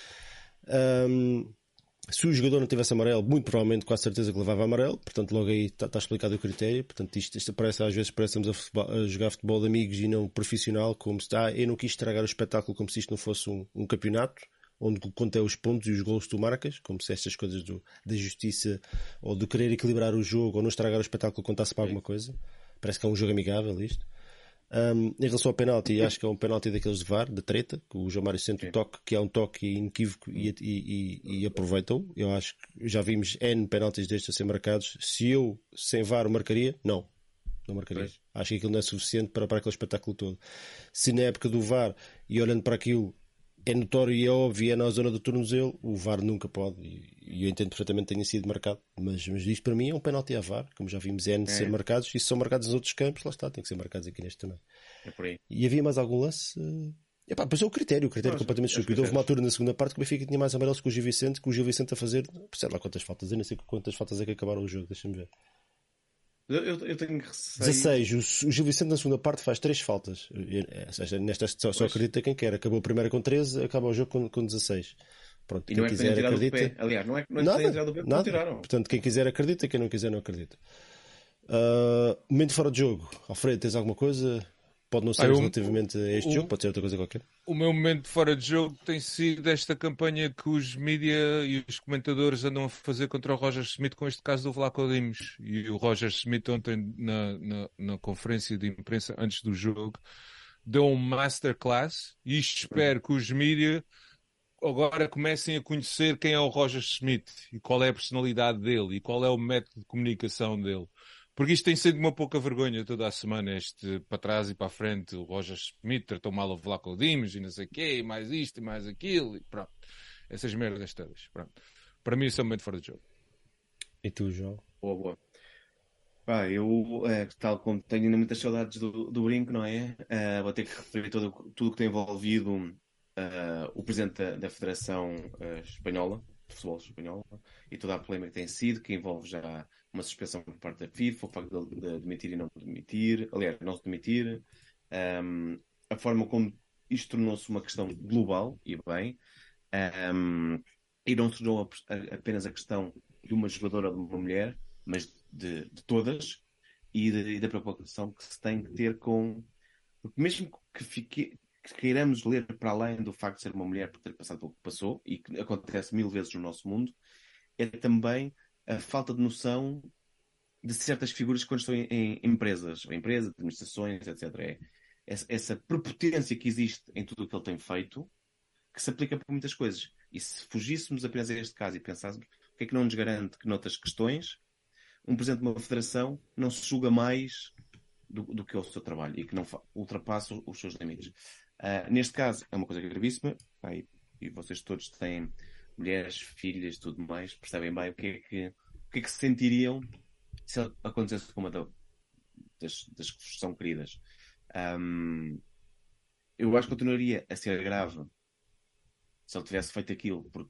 Se o jogador não tivesse amarelo, muito provavelmente, com a certeza que levava amarelo, portanto logo aí está explicado o critério. Portanto isto às vezes parecemos a jogar futebol de amigos e não profissional, como se está. Eu não quis estragar o espetáculo como se isto não fosse um campeonato onde conta os pontos e os gols que tu marcas, como se estas coisas da justiça ou do querer equilibrar o jogo ou não estragar o espetáculo contasse para alguma coisa. Parece que é um jogo amigável isto. Em relação ao penalti, acho que é um penalti daqueles de VAR, de treta, que o João Mário sente o toque, que é um toque inequívoco e aproveitam. Eu acho que já vimos N penaltis destes a ser marcados. Se eu, sem VAR, o marcaria? Não marcaria. Pois. Acho que aquilo não é suficiente para aquele espetáculo todo. Se na época do VAR, e olhando para aquilo, é notório e é óbvio, é na zona do tornozelo, o VAR nunca pode, e eu entendo perfeitamente que tenha sido marcado, mas isto para mim é um penalti a VAR, como já vimos N ser marcados, e se são marcados nos outros campos, lá está, tem que ser marcados aqui neste também. É por aí. E havia mais algum lance? Pois é o critério completamente estúpido. Houve uma altura na segunda parte que o Benfica tinha mais amarelos que o Gil Vicente a fazer, sei lá quantas faltas, eu não sei quantas faltas é que acabaram o jogo, deixa-me ver. Eu tenho receio. 16, o Gil Vicente na segunda parte faz 3 faltas. Nesta só acredita quem quer. Acabou a primeira com 13, acaba o jogo com 16. Pronto, E quem não é que tenham quiser tirado do acredita. pé. Aliás, não é que tenham Nada, tirado do pé porque nada. não tiraram. Portanto, quem quiser acredita, quem não quiser não acredita. Momento fora de jogo. Alfredo, tens alguma coisa? Pode não ser relativamente a este jogo, pode ser outra coisa qualquer. O meu momento fora de jogo tem sido esta campanha que os mídia e os comentadores andam a fazer contra o Roger Smith com este caso do Vlaco Dimos. E o Roger Smith ontem na conferência de imprensa antes do jogo deu um masterclass e espero que os mídia agora comecem a conhecer quem é o Roger Smith e qual é a personalidade dele e qual é o método de comunicação dele. Porque isto tem sido uma pouca vergonha toda a semana, este para trás e para a frente, o Roger Smith tratou mal o Vlaco Dimos e não sei o quê, e mais isto e mais aquilo, e pronto. Essas merdas todas, pronto. Para mim isso é um momento fora de jogo. E tu, João? Boa. Eu, tal como tenho ainda muitas saudades do brinco, não é? Vou ter que referir tudo que tem envolvido o presidente da Federação Espanhola, de Futebol Espanhola, e toda a polémica que tem sido, que envolve já uma suspensão por parte da FIFA, o facto de demitir e não demitir, aliás, não se demitir, a forma como isto tornou-se uma questão global, e bem, e não se tornou apenas a questão de uma jogadora ou de uma mulher, mas de todas, e da preocupação que se tem que ter com... Porque mesmo que queiramos ler para além do facto de ser uma mulher por ter passado pelo que passou, e que acontece 1000 vezes no nosso mundo, é também a falta de noção de certas figuras quando estão em empresas, administrações, etc. É essa prepotência que existe em tudo o que ele tem feito, que se aplica para muitas coisas. E se fugíssemos apenas a este caso e pensássemos o que é que não nos garante que noutras questões um presidente de uma federação não se julga mais do que é o seu trabalho e que não ultrapassa os seus limites. Neste caso é uma coisa gravíssima, e vocês todos têm mulheres, filhas e tudo mais, percebem bem o que é que se sentiriam se acontecesse com uma das que são queridas. Eu acho que continuaria a ser grave se ele tivesse feito aquilo, porque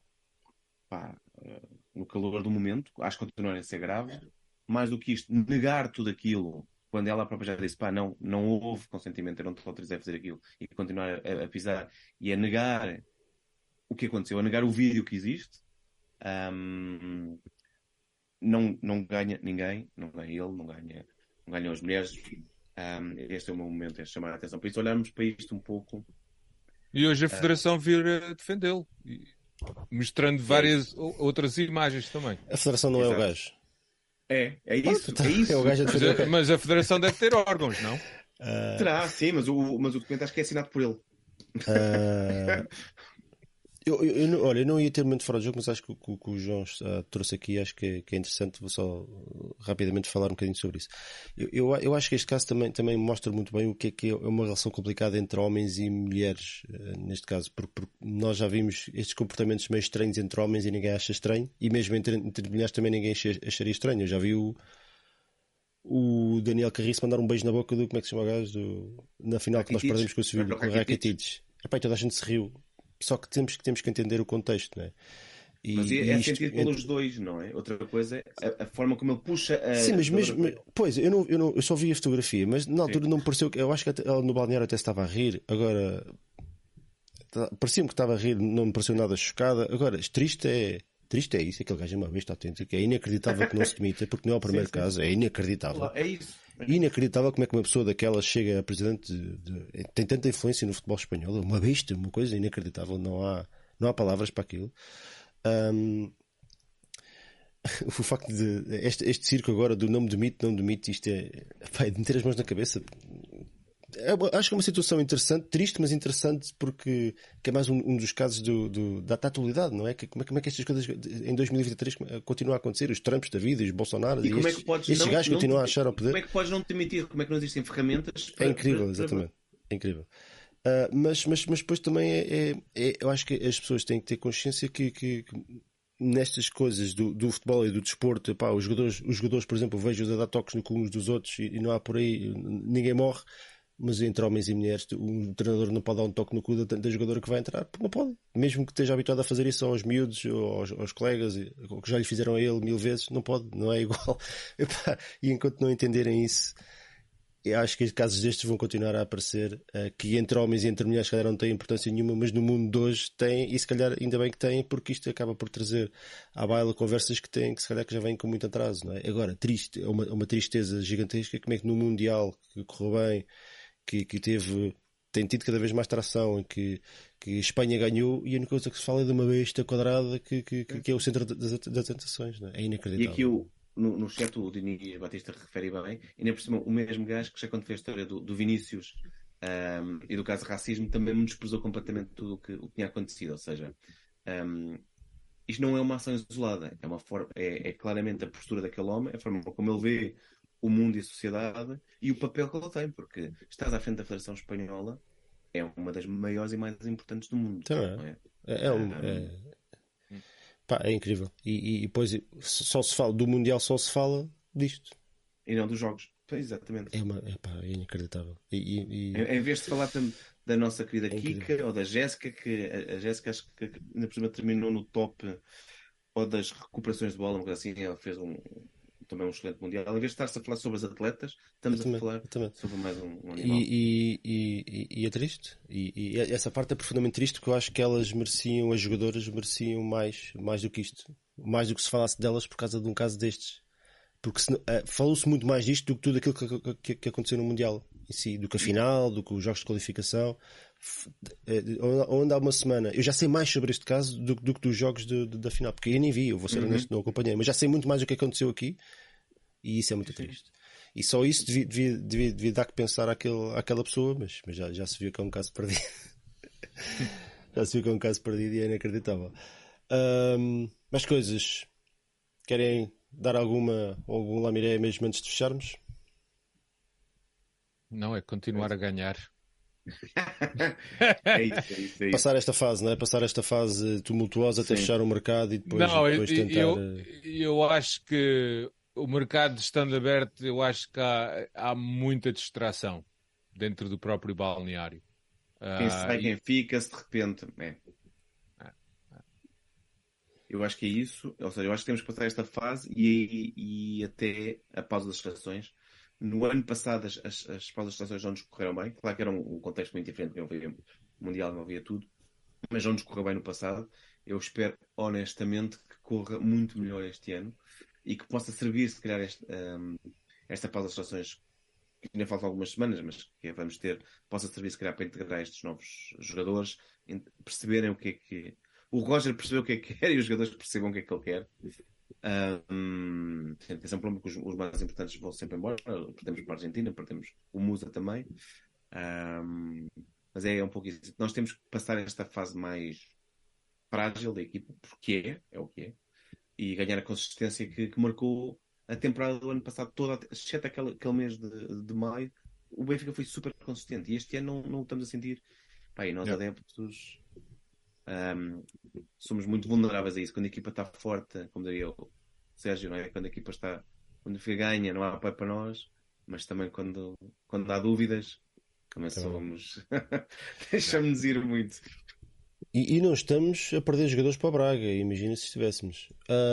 no calor do momento, acho que continuaria a ser grave. Mais do que isto, negar tudo aquilo, quando ela própria já disse, não houve consentimento, eu não te autorizei a fazer aquilo, e continuar a pisar e a negar o que aconteceu, a negar o vídeo que existe, não ganha ninguém, não ganha ele, não ganham as mulheres. Este é o meu momento, é chamar a atenção. Por isso olharmos para isto um pouco. E hoje a Federação vir a defendê-lo, mostrando várias outras imagens também. A Federação não é o gajo. É isso. É isso. É o gajo a defender. Mas a Federação deve ter órgãos, não? Terá, sim, mas o documento acho que é assinado por ele. Eu não ia ter muito fora de jogo, mas acho que o que o João trouxe aqui acho que é interessante. Vou só rapidamente falar um bocadinho sobre isso. Eu acho que este caso também mostra muito bem o que é uma relação complicada entre homens e mulheres, neste caso, porque nós já vimos estes comportamentos meio estranhos entre homens e ninguém acha estranho, e mesmo entre mulheres também ninguém acharia estranho. Eu já vi o Daniel Carriço mandar um beijo na boca do, como é que se chama o gajo, na final que nós perdemos com o Sevilha, com o Rakitic. E toda a gente se riu. Só que temos que entender o contexto, não é? Mas é sentido pelos dois, não é? Outra coisa é a forma como ele puxa a... Sim, mas mesmo... Pois, eu só vi a fotografia, mas na altura não me pareceu... Eu acho que ela no balneário até estava a rir. Agora... Parecia-me que estava a rir, não me pareceu nada chocada. Agora, triste é isso, aquele gajo é uma besta autêntica. É inacreditável que não se demita, porque não é o primeiro caso. É inacreditável. É isso. Inacreditável como é que uma pessoa daquela chega a presidente tem tanta influência no futebol espanhol. Uma besta, uma coisa inacreditável. Não há palavras para aquilo. O facto de este circo agora do não me demite, isto é de meter as mãos na cabeça. Acho que é uma situação interessante, triste, mas interessante, porque que é mais um dos casos da atualidade, não é? Como é que estas coisas em 2023 continuam a acontecer? Os Trumps da vida, os Bolsonaros e estes gajos continuam a achar ao poder. Como é que podes não te demitir? Como é que não existem ferramentas? É incrível, exatamente. É incrível. Mas depois também eu acho que as pessoas têm que ter consciência que nestas coisas do futebol e do desporto, os jogadores, por exemplo, vejo-os a dar toques no cu uns dos outros e não há por aí, ninguém morre. Mas entre homens e mulheres, o treinador não pode dar um toque no cu da jogadora que vai entrar, porque não pode. Mesmo que esteja habituado a fazer isso aos miúdos, ou aos colegas, ou que já lhe fizeram a ele 1000 vezes, não pode, não é igual. E enquanto não entenderem isso, eu acho que casos destes vão continuar a aparecer, que entre homens e entre mulheres, se calhar não têm importância nenhuma, mas no mundo de hoje têm, e se calhar ainda bem que têm, porque isto acaba por trazer à baila conversas que têm, que se calhar que já vêm com muito atraso, não é? Agora, triste, é uma tristeza gigantesca, como é que no Mundial, que correu bem, que tem tido cada vez mais tração, em que Espanha ganhou, e a única coisa que se fala é de uma besta quadrada que é o centro das tentações, não é? É E aqui inacreditável. no chat o Dini Batista refere bem, e ainda por cima o mesmo gajo que já quando fez a história do Vinícius e do caso de racismo também me desprezou completamente tudo o que tinha acontecido. Ou seja, um, isto não é uma ação isolada, é, uma forma, é claramente a postura daquele homem, a forma como ele vê o mundo e a sociedade e o papel que ele tem, porque estás à frente da Federação Espanhola, é uma das maiores e mais importantes do mundo, Então não é? é, pá, é incrível. E depois só se fala do Mundial, só se fala disto. E não dos jogos. Pois, exatamente. Pá, é inacreditável. Em vez de falar da nossa querida É incrível. Kika ou da Jéssica, que a Jéssica acho que ainda por cima terminou no top ou das recuperações de bola, uma coisa assim, ela fez também um excelente mundial. Em vez de estar-se a falar sobre as atletas, estamos a falar Exatamente. sobre mais um animal. E é triste. E essa parte é profundamente triste, porque eu acho que elas mereciam, as jogadoras mereciam mais do que isto. Mais do que se falasse delas por causa de um caso destes. Porque falou-se muito mais disto do que tudo aquilo que aconteceu no Mundial em si, do que a final, do que os jogos de qualificação. Onde há uma semana, eu já sei mais sobre este caso do que dos jogos da final, porque eu nem vi, eu vou ser honesto, não acompanhei, mas já sei muito mais do que aconteceu aqui, e isso é muito triste. E só isso devia dar que pensar àquela pessoa, mas já se viu que é um caso perdido. Já se viu que é um caso perdido e é inacreditável. Mais coisas. Querem dar algum lamiré mesmo antes de fecharmos? Não, é continuar a ganhar. É isso. Passar esta fase, não é? Passar esta fase tumultuosa até Sim. fechar o mercado e depois, Não, depois tentar. eu acho que o mercado estando aberto, eu acho que há muita distração dentro do próprio balneário. Quem sai, quem fica, se de repente. Eu acho que é isso. Ou seja, eu acho que temos que passar esta fase e até a pausa das seleções. No ano passado, as pausas das seleções não nos correram bem. Claro que era um contexto muito diferente, não havia Mundial, não havia tudo. Mas não nos correu bem no passado. Eu espero, honestamente, que corra muito melhor este ano e que possa servir, se calhar, esta pausa das seleções, que ainda faltam algumas semanas, mas que vamos ter, possa servir, se calhar, para integrar estes novos jogadores, perceberem o que é que. O Roger percebeu o que é que quer e os jogadores percebam o que é que ele quer. Atenção, problema que os mais importantes vão sempre embora. Perdemos para a Argentina, perdemos o Musa também. Mas é um pouco isso. Nós temos que passar esta fase mais frágil da equipa, porque é o que é, e ganhar a consistência que marcou a temporada do ano passado toda, exceto aquele mês de maio. O Benfica foi super consistente e este ano não estamos a sentir. Pá, e nós adeptos somos muito vulneráveis a isso. Quando a equipa está forte, como diria o Sérgio, não é? Quando a equipa está, quando fica ganha, não há apoio para nós, mas também quando há dúvidas, também somos. Deixamos ir muito. E não estamos a perder jogadores para o Braga, imagina se estivéssemos.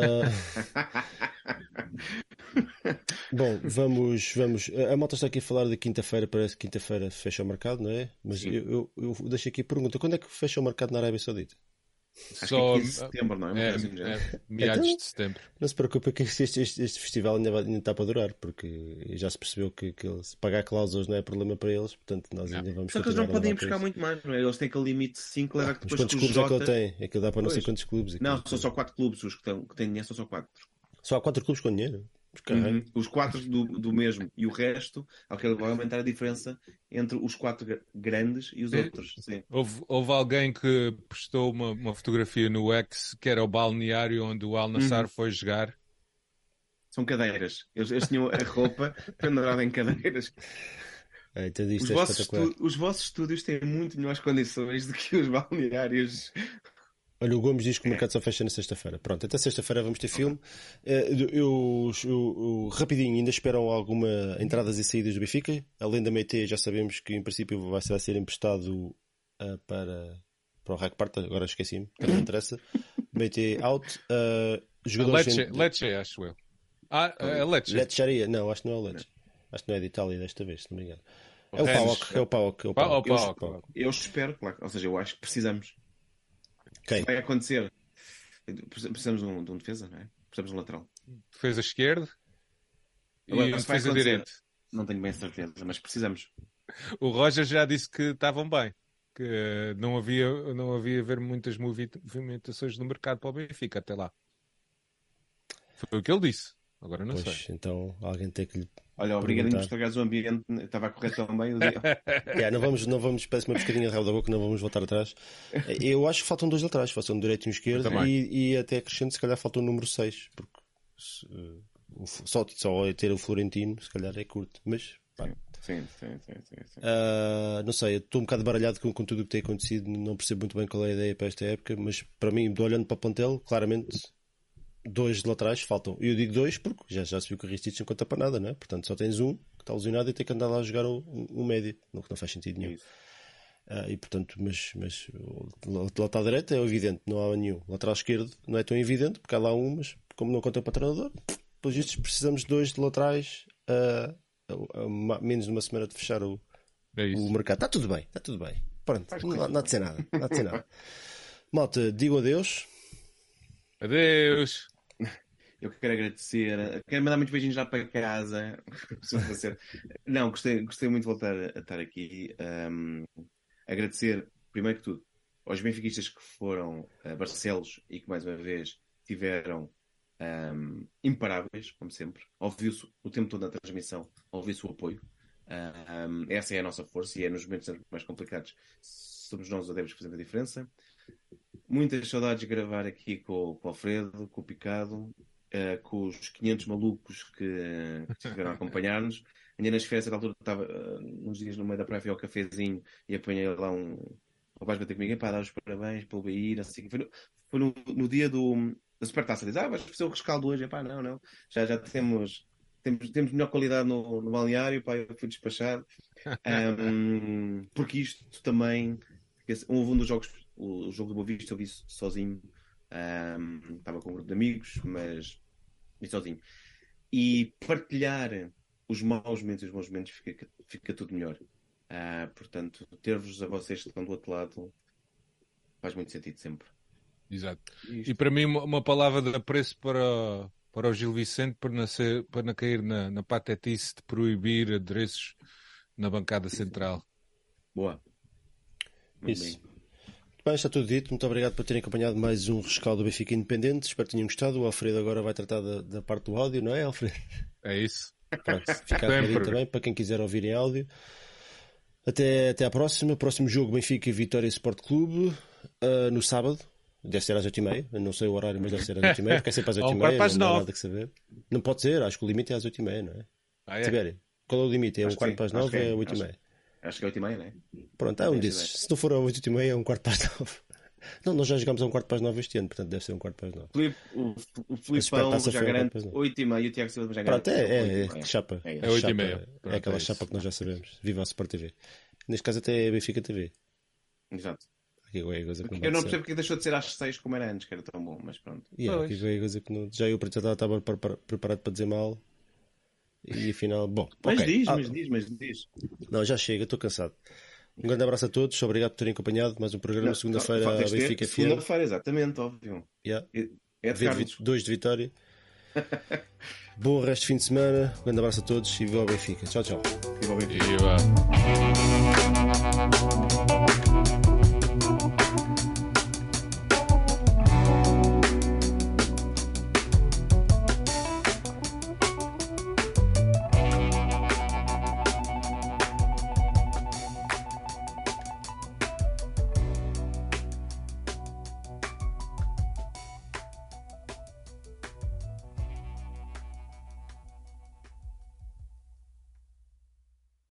Bom, vamos. A malta está aqui a falar de quinta-feira, parece que quinta-feira fecha o mercado, não é? Mas eu deixo aqui a pergunta: quando é que fecha o mercado na Arábia Saudita? Acho que é 15 de setembro, não é? Meados Então, de setembro. Não se preocupe que este festival ainda está para durar, porque já se percebeu que se pagar cláusulas não é problema para eles, portanto nós ainda vamos Só que eles continuar não a podem levar ir buscar muito mais, não é? Eles têm aquele limite de 5, leva que Mas depois quantos com clubes os é que ele Jota. tem? É que ele dá para não sei Pois. quantos clubes. Não, são só 4 clubes. Os que têm dinheiro são só 4. Só há 4 clubes com dinheiro. Os 4 do mesmo e o resto, aquele vai aumentar a diferença entre os 4 grandes e os outros. Sim. Houve alguém que postou uma fotografia no X que era o balneário onde o Al Nassr foi jogar. São cadeiras. Eles tinham a roupa pendurada em cadeiras. Então isto é espetacular. Os vossos estúdios têm muito melhores condições do que os balneários. Olha, o Gomes diz que o mercado só fecha na sexta-feira. Pronto, até sexta-feira vamos ter filme. Rapidinho, ainda esperam alguma entradas e saídas do Benfica. Além da Meite, já sabemos que em princípio vai ser emprestado para o Rack Parta. Agora esqueci-me, que não interessa. Meite out. Lecce, acho eu. É Lecce. Lecce. Não, acho que não é o Lecce. Acho que não é de Itália desta vez, se não me engano. É o PAOK. Eu espero, claro. Ou seja, eu acho que precisamos. Okay. Vai acontecer. Precisamos de um defesa, não é? Precisamos de um lateral. Defesa esquerda Agora, e defesa direita. Não tenho bem certeza, mas precisamos. O Roger já disse que estavam bem, que não havia ver muitas movimentações no mercado para o Benfica até lá. Foi o que ele disse. Agora não Pois, sei. então alguém tem que lhe Olha, obrigadinho por perguntar. estragares o ambiente. Estava a correr tão bem o dia. Não vamos, parece uma pescadinha de rabo da boca, não vamos voltar atrás. Eu acho que faltam 2 laterais, faltam um direito e um esquerdo, e até acrescento, se calhar falta o número 6, porque só ter o Florentino, se calhar é curto, mas pá. Sim. Não sei, estou um bocado baralhado com tudo o que tem acontecido, não percebo muito bem qual é a ideia para esta época, mas para mim, olhando para o plantel, claramente 2 laterais faltam. E eu digo 2 porque já se viu que o Ristich não conta para nada, não é? Portanto, só tens um que está lesionado e tem que andar lá a jogar o médio, não que não faz sentido nenhum. E portanto, mas o lateral direito é evidente, não há nenhum. O lateral esquerdo não é tão evidente, porque há lá um, mas como não conta para treinador, pelos vistos precisamos de 2 de laterais a menos de uma semana de fechar o mercado. Está tudo bem. Pronto, não há de ser nada. Malta, digo adeus. Adeus. Eu quero agradecer. Quero mandar muitos beijinhos lá para casa. Não, gostei muito de voltar a estar aqui. Agradecer, primeiro que tudo, aos benfiquistas que foram a Barcelos e que mais uma vez tiveram imparáveis, como sempre. Ouviu-se o tempo todo na transmissão, ouviu-se o apoio. Essa é a nossa força e é nos momentos mais complicados. Somos nós os adeptos que fazemos a diferença. Muitas saudades de gravar aqui com o Alfredo, com o Picado, com os 500 malucos que estiveram a acompanhar-nos. Ainda nas férias, na altura, estava uns dias no meio da praia, fui ao cafezinho e apanhei lá um rapaz bater comigo, para dar os parabéns pelo Bahia, assim. Foi no dia da Supertaça. Diz, vais fazer o rescaldo hoje? Epá, não. Já temos melhor qualidade no balneário, pá, eu fui despachado. Porque isto também... Houve um dos jogos, o jogo do Boa Vista, eu vi sozinho. Estava com um grupo de amigos, mas vi sozinho. E partilhar os maus momentos e os bons momentos fica tudo melhor. Portanto, ter-vos a vocês que estão do outro lado faz muito sentido sempre. Exato. E para mim uma palavra de apreço para o Gil Vicente para não cair na patetice de proibir adereços na bancada central. Boa. Isso. Bem, está tudo dito. Muito obrigado por terem acompanhado mais um rescaldo do Benfica Independente. Espero que tenham gostado. O Alfredo agora vai tratar da parte do áudio, não é, Alfredo? É isso. Pronto, fica a também para quem quiser ouvir em áudio. Até à próxima. Próximo jogo, Benfica e Vitória Sport Clube, no sábado. Deve ser às 8h30. Eu não sei o horário, mas deve ser às 8h30. Quer ser para as 8h30, não há nada que saber. Não pode ser, acho que o limite é às 8h30, não é? Tibério, qual é o limite? É 8h45 ou é 8h30? Acho que é 8h30, não é? Pronto, é um desses. Se não for a 8h30, é 8h45. Não, nós já jogámos a 8h45 este ano, portanto deve ser 8h45. O Filipão já garante 8h30 e o Tiago Silva já garante. Pronto, é chapa. É 8h30. É aquela chapa que nós já sabemos. Viva a Sport TV. Neste caso até é Benfica TV. Exato. Eu não percebo porque deixou de ser às 6 como era antes, que era tão bom, mas pronto. Já eu estava preparado para dizer mal. E afinal, bom. Mas okay. diz. Não, já chega, estou cansado. Um grande abraço a todos, obrigado por terem acompanhado mais um programa. Segunda-feira, Benfica FM. Segunda-feira, exatamente, óbvio. Yeah. É de Carlos. 2 de vitória. Bom resto de fim de semana. Um grande abraço a todos e viva o Benfica. Tchau. Viva o Benfica. Viva.